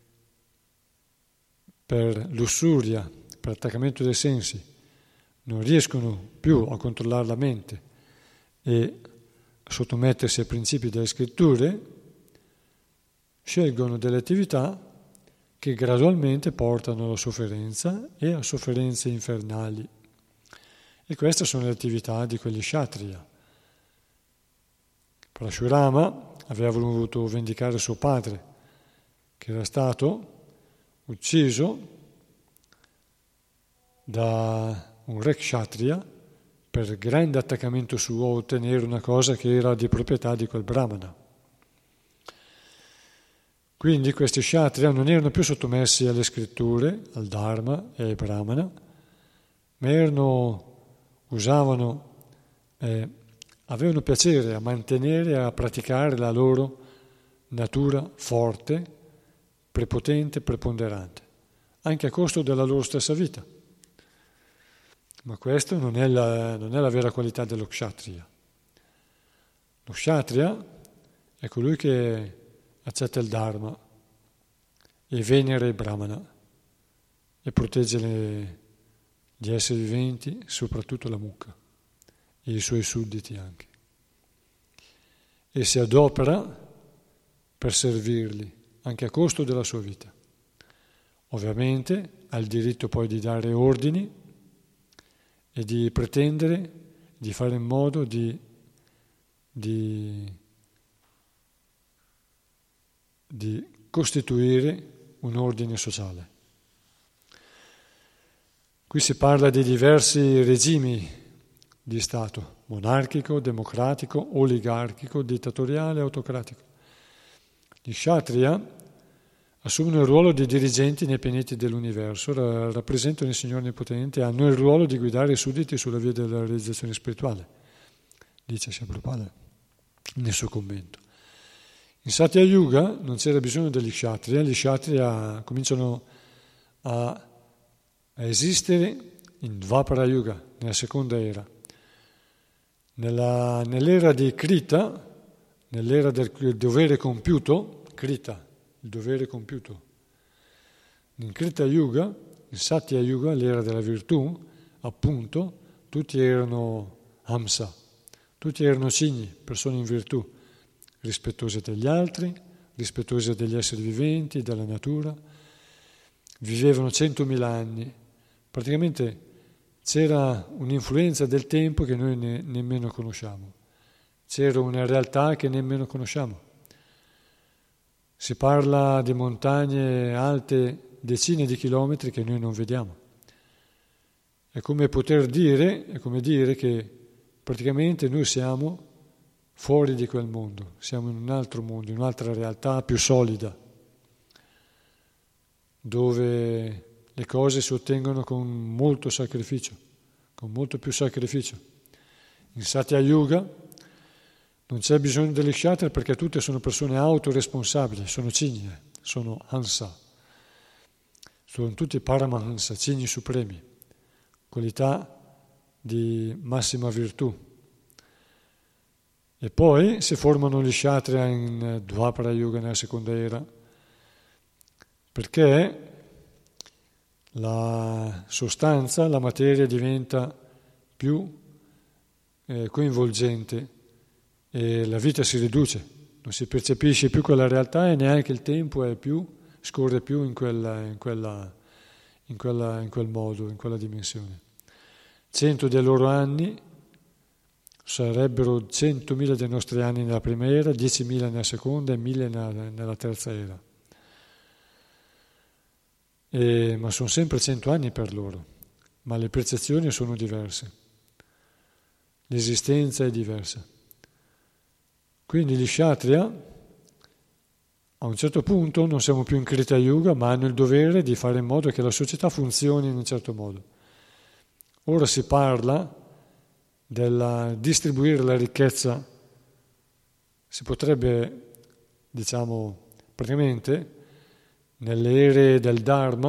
per lussuria, per attaccamento dei sensi, non riescono più a controllare la mente e a sottomettersi ai principi delle scritture, scelgono delle attività che gradualmente portano alla sofferenza e a sofferenze infernali. E queste sono le attività di quegli kshatriya. Parashurama aveva voluto vendicare suo padre, che era stato ucciso da un re kshatriya per grande attaccamento suo a ottenere una cosa che era di proprietà di quel brahmana. Quindi questi kshatriya non erano più sottomessi alle scritture, al dharma e ai brahmana, ma erano, usavano, eh, avevano piacere a mantenere e a praticare la loro natura forte, prepotente, preponderante, anche a costo della loro stessa vita. Ma questa non è la, non è la vera qualità dello kshatriya. Lo kshatriya è colui che accetta il dharma e venera il brahmana e protegge le, gli esseri viventi, soprattutto la mucca e i suoi sudditi anche, e si adopera per servirli anche a costo della sua vita. Ovviamente ha il diritto poi di dare ordini e di pretendere di fare in modo di, di, di costituire un ordine sociale. Qui si parla di diversi regimi di Stato: monarchico, democratico, oligarchico, dittatoriale, autocratico. Gli kshatriya assumono il ruolo di dirigenti nei pianeti dell'universo, rappresentano il Signore Onnipotente e hanno il ruolo di guidare i sudditi sulla via della realizzazione spirituale, dice Srila Prabhupada nel suo commento. In Satya Yuga non c'era bisogno degli kshatriya, gli kshatriya cominciano a, a esistere in Dvapara Yuga, nella seconda era. Nella, nell'era di Krita, nell'era del, del dovere compiuto, Krita, il dovere compiuto. In Krita Yuga, in Satya Yuga, l'era della virtù, appunto, tutti erano hamsa, tutti erano cigni, persone in virtù, rispettose degli altri, rispettose degli esseri viventi, della natura. Vivevano centomila anni. Praticamente c'era un'influenza del tempo che noi ne, nemmeno conosciamo. C'era una realtà che nemmeno conosciamo. Si parla di montagne alte decine di chilometri che noi non vediamo. È come poter dire, è come dire che praticamente noi siamo fuori di quel mondo, siamo in un altro mondo, in un'altra realtà più solida, dove le cose si ottengono con molto sacrificio, con molto più sacrificio. In Satya Yuga non c'è bisogno delle kshatriya perché tutte sono persone autoresponsabili, sono cigni, sono hansa, sono tutti paramahansa, cigni supremi, qualità di massima virtù. E poi si formano gli kshatriya in Dwapara Yuga, nella seconda era, perché la sostanza, la materia diventa più eh, coinvolgente e la vita si riduce, non si percepisce più quella realtà e neanche il tempo è più, scorre più in, quella, in, quella, in, quella, in quel modo, in quella dimensione. Cento dei loro anni sarebbero centomila dei nostri anni nella prima era, diecimila nella seconda e mille nella, nella terza era. E, ma sono sempre cento anni per loro, ma le percezioni sono diverse, l'esistenza è diversa. Quindi gli kshatriya a un certo punto non siamo più in Krita Yuga, ma hanno il dovere di fare in modo che la società funzioni in un certo modo. Ora si parla del distribuire la ricchezza, si potrebbe, diciamo, praticamente nelle ere del Dharma,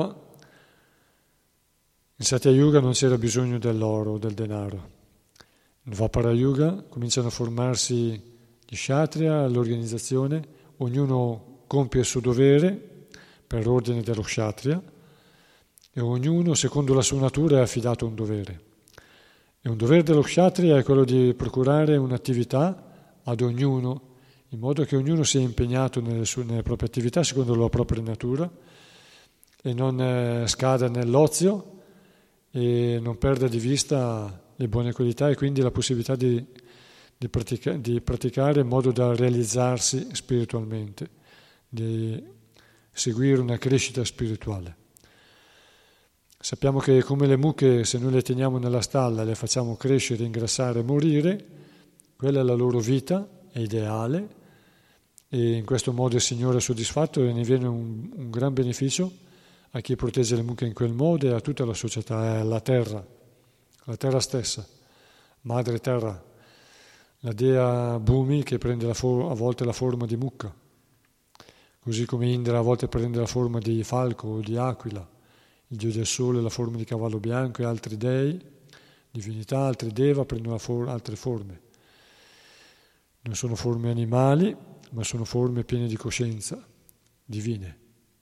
in Satya Yuga non c'era bisogno dell'oro, del denaro. In Dvapara Yuga cominciano a formarsi gli kshatriya, l'organizzazione, ognuno compie il suo dovere per ordine dello kshatriya e ognuno, secondo la sua natura, è affidato a un dovere. E un dovere dello kshatriya è quello di procurare un'attività ad ognuno, in modo che ognuno sia impegnato nelle, sue, nelle proprie attività secondo la propria natura e non eh, scada nell'ozio e non perda di vista le buone qualità e quindi la possibilità di, di, pratica, di praticare in modo da realizzarsi spiritualmente, di seguire una crescita spirituale. Sappiamo che come le mucche, se noi le teniamo nella stalla, le facciamo crescere, ingrassare e morire, quella è la loro vita, è ideale, e in questo modo il Signore è soddisfatto e ne viene un, un gran beneficio a chi protegge le mucche in quel modo e a tutta la società, è la terra, la terra stessa, madre terra, la dea Bhumi che prende la for- a volte la forma di mucca, così come Indra a volte prende la forma di falco o di aquila, il dio del sole la forma di cavallo bianco e altri dei, divinità, altri deva prendono for- altre forme. Non sono forme animali, ma sono forme piene di coscienza, divine.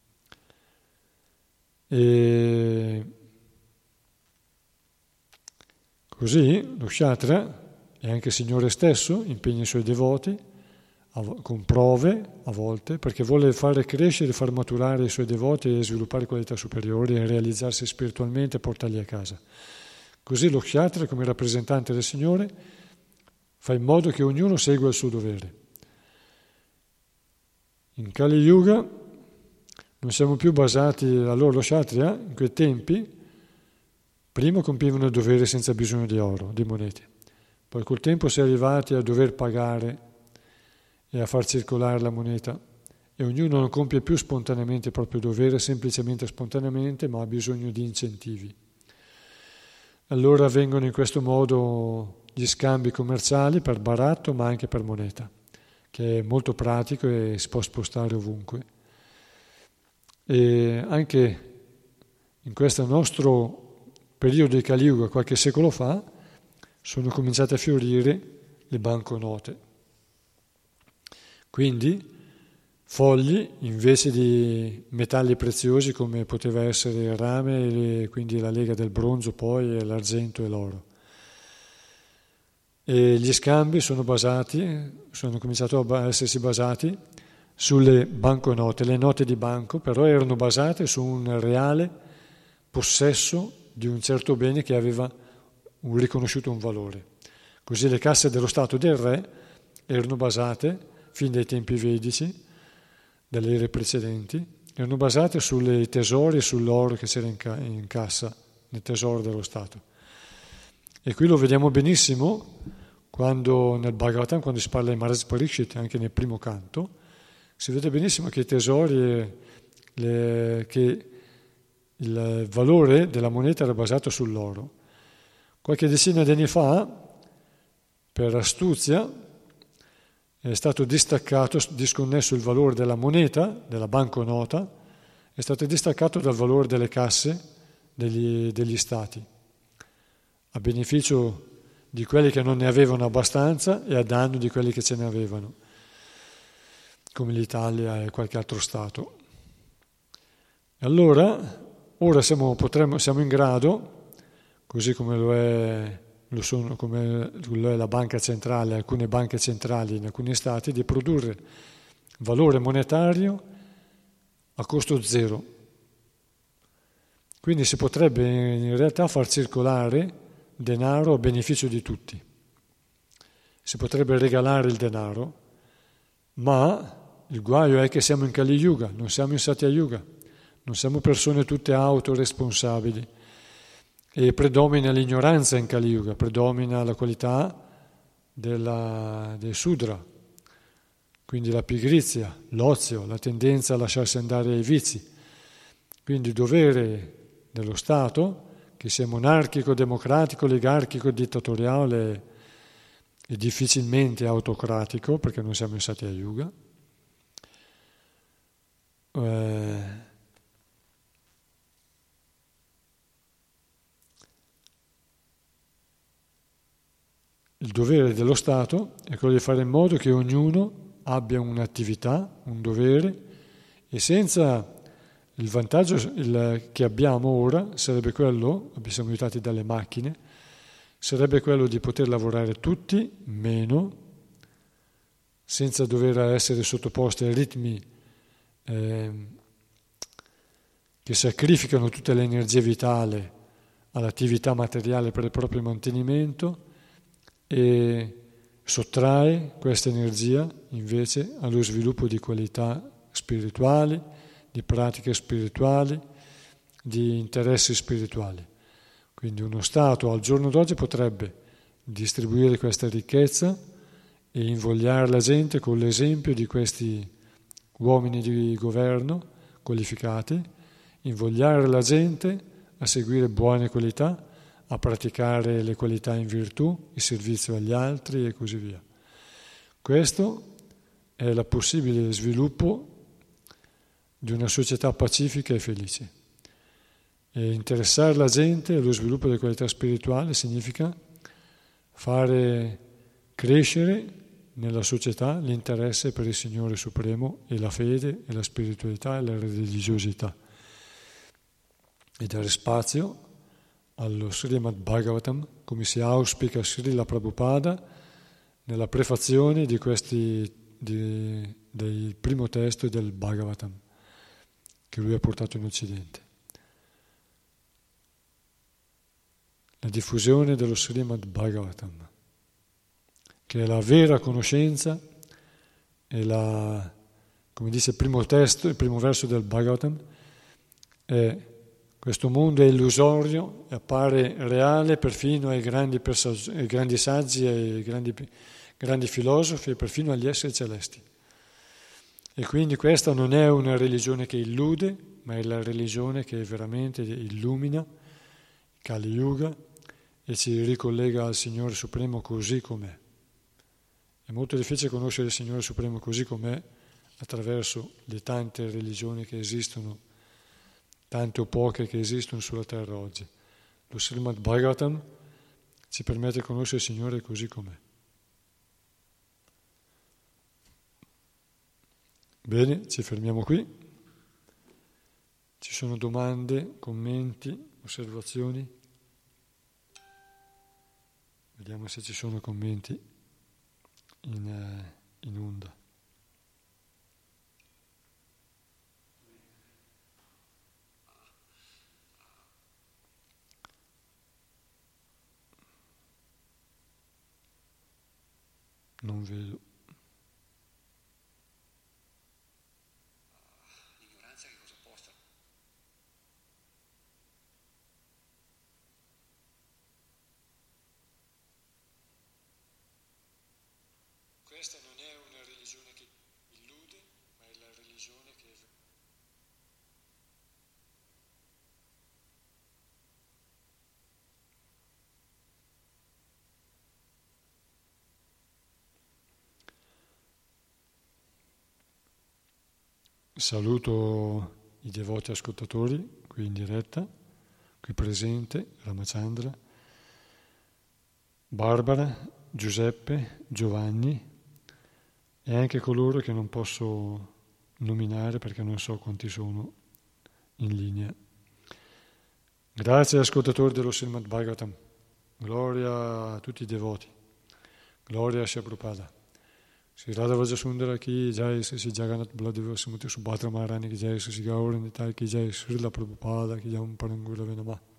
E così lo kshatriya e anche il Signore stesso impegna i suoi devoti con prove a volte, perché vuole fare crescere, far maturare i suoi devoti e sviluppare qualità superiori e realizzarsi spiritualmente e portarli a casa. Così lo kshatriya, come rappresentante del Signore, fa in modo che ognuno segua il suo dovere. In Kali Yuga non siamo più basati, allora lo kshatriya in quei tempi prima compivano il dovere senza bisogno di oro, di monete, poi col tempo si è arrivati a dover pagare e a far circolare la moneta e ognuno non compie più spontaneamente il proprio dovere, semplicemente spontaneamente, ma ha bisogno di incentivi. Allora avvengono in questo modo gli scambi commerciali per baratto ma anche per moneta, che è molto pratico e si può spostare ovunque. E anche in questo nostro periodo di Kali Yuga, qualche secolo fa, sono cominciate a fiorire le banconote. Quindi fogli invece di metalli preziosi come poteva essere il rame, e quindi la lega del bronzo poi, e l'argento e l'oro. E gli scambi sono basati, sono cominciati a essersi basati sulle banconote. Le note di banco però erano basate su un reale possesso di un certo bene che aveva un riconosciuto un valore. Così le casse dello Stato del re erano basate, fin dai tempi vedici, delle ere precedenti, erano basate sui tesori e sull'oro che c'era in, ca- in cassa, nel tesoro dello Stato. E qui lo vediamo benissimo quando nel Bhagavatam, quando si parla di Maharaj Parikshit, anche nel primo canto, si vede benissimo che i tesori, le, che il valore della moneta era basato sull'oro. Qualche decina di anni fa, per astuzia, è stato distaccato, disconnesso il valore della moneta, della banconota, è stato distaccato dal valore delle casse degli, degli stati, a beneficio di quelli che non ne avevano abbastanza e a danno di quelli che ce ne avevano, come l'Italia e qualche altro Stato. E allora, ora siamo, potremmo, siamo in grado, così come lo è, lo sono, come lo è la banca centrale, alcune banche centrali in alcuni Stati, di produrre valore monetario a costo zero. Quindi si potrebbe in realtà far circolare denaro a beneficio di tutti. Si potrebbe regalare il denaro, ma il guaio è che siamo in Kali Yuga, non siamo in Satya Yuga, non siamo persone tutte autoresponsabili e predomina l'ignoranza in Kali Yuga, predomina la qualità della, del Sudra, quindi la pigrizia, l'ozio, la tendenza a lasciarsi andare ai vizi. Quindi il dovere dello Stato, che sia monarchico, democratico, oligarchico, dittatoriale e difficilmente autocratico, perché non siamo in Satya Yuga, eh, il dovere dello Stato è quello di fare in modo che ognuno abbia un'attività, un dovere, e senza il vantaggio il, che abbiamo ora sarebbe quello, siamo aiutati dalle macchine, sarebbe quello di poter lavorare tutti meno, senza dover essere sottoposti a ritmi eh, che sacrificano tutte le energie vitali all'attività materiale per il proprio mantenimento e sottrae questa energia invece allo sviluppo di qualità spirituali, di pratiche spirituali, di interessi spirituali. Quindi uno Stato al giorno d'oggi potrebbe distribuire questa ricchezza e invogliare la gente con l'esempio di questi uomini di governo qualificati, invogliare la gente a seguire buone qualità, a praticare le qualità in virtù, il servizio agli altri e così via. Questo è il possibile sviluppo di una società pacifica e felice. E interessare la gente allo sviluppo delle qualità spirituali significa fare crescere nella società l'interesse per il Signore Supremo e la fede e la spiritualità e la religiosità e dare spazio allo Srimad Bhagavatam, come si auspica Srila Prabhupada nella prefazione di questi di, del primo testo del Bhagavatam che lui ha portato in Occidente. La diffusione dello Srimad Bhagavatam, che è la vera conoscenza, è la, come dice il primo testo, il primo verso del Bhagavatam, è questo mondo è illusorio e appare reale perfino ai grandi, persa- ai grandi saggi, ai grandi, grandi filosofi e perfino agli esseri celesti. E quindi questa non è una religione che illude, ma è la religione che veramente illumina Kali Yuga e ci ricollega al Signore Supremo così com'è. È molto difficile conoscere il Signore Supremo così com'è attraverso le tante religioni che esistono, tante o poche che esistono sulla terra oggi. Lo Srimad Bhagavatam ci permette di conoscere il Signore così com'è. Bene, ci fermiamo qui. Ci sono domande, commenti, osservazioni? Vediamo se ci sono commenti in, eh, in onda. Non vedo. L'ignoranza che cosa possa? Saluto i devoti ascoltatori qui in diretta, qui presente, Ramachandra, Barbara, Giuseppe, Giovanni e anche coloro che non posso nominare perché non so quanti sono in linea. Grazie ascoltatori dello Srimad Bhagavatam, gloria a tutti i devoti, gloria a Shri Prabhupada. Sri Radha Vrajasundara ki jai, Sri Jagannath Baladeva Srimati Subhadra Maharani ki jai, Sri Gaura Nitai ki jai, Srila Prabhupada ki jai, Parangurave Namah.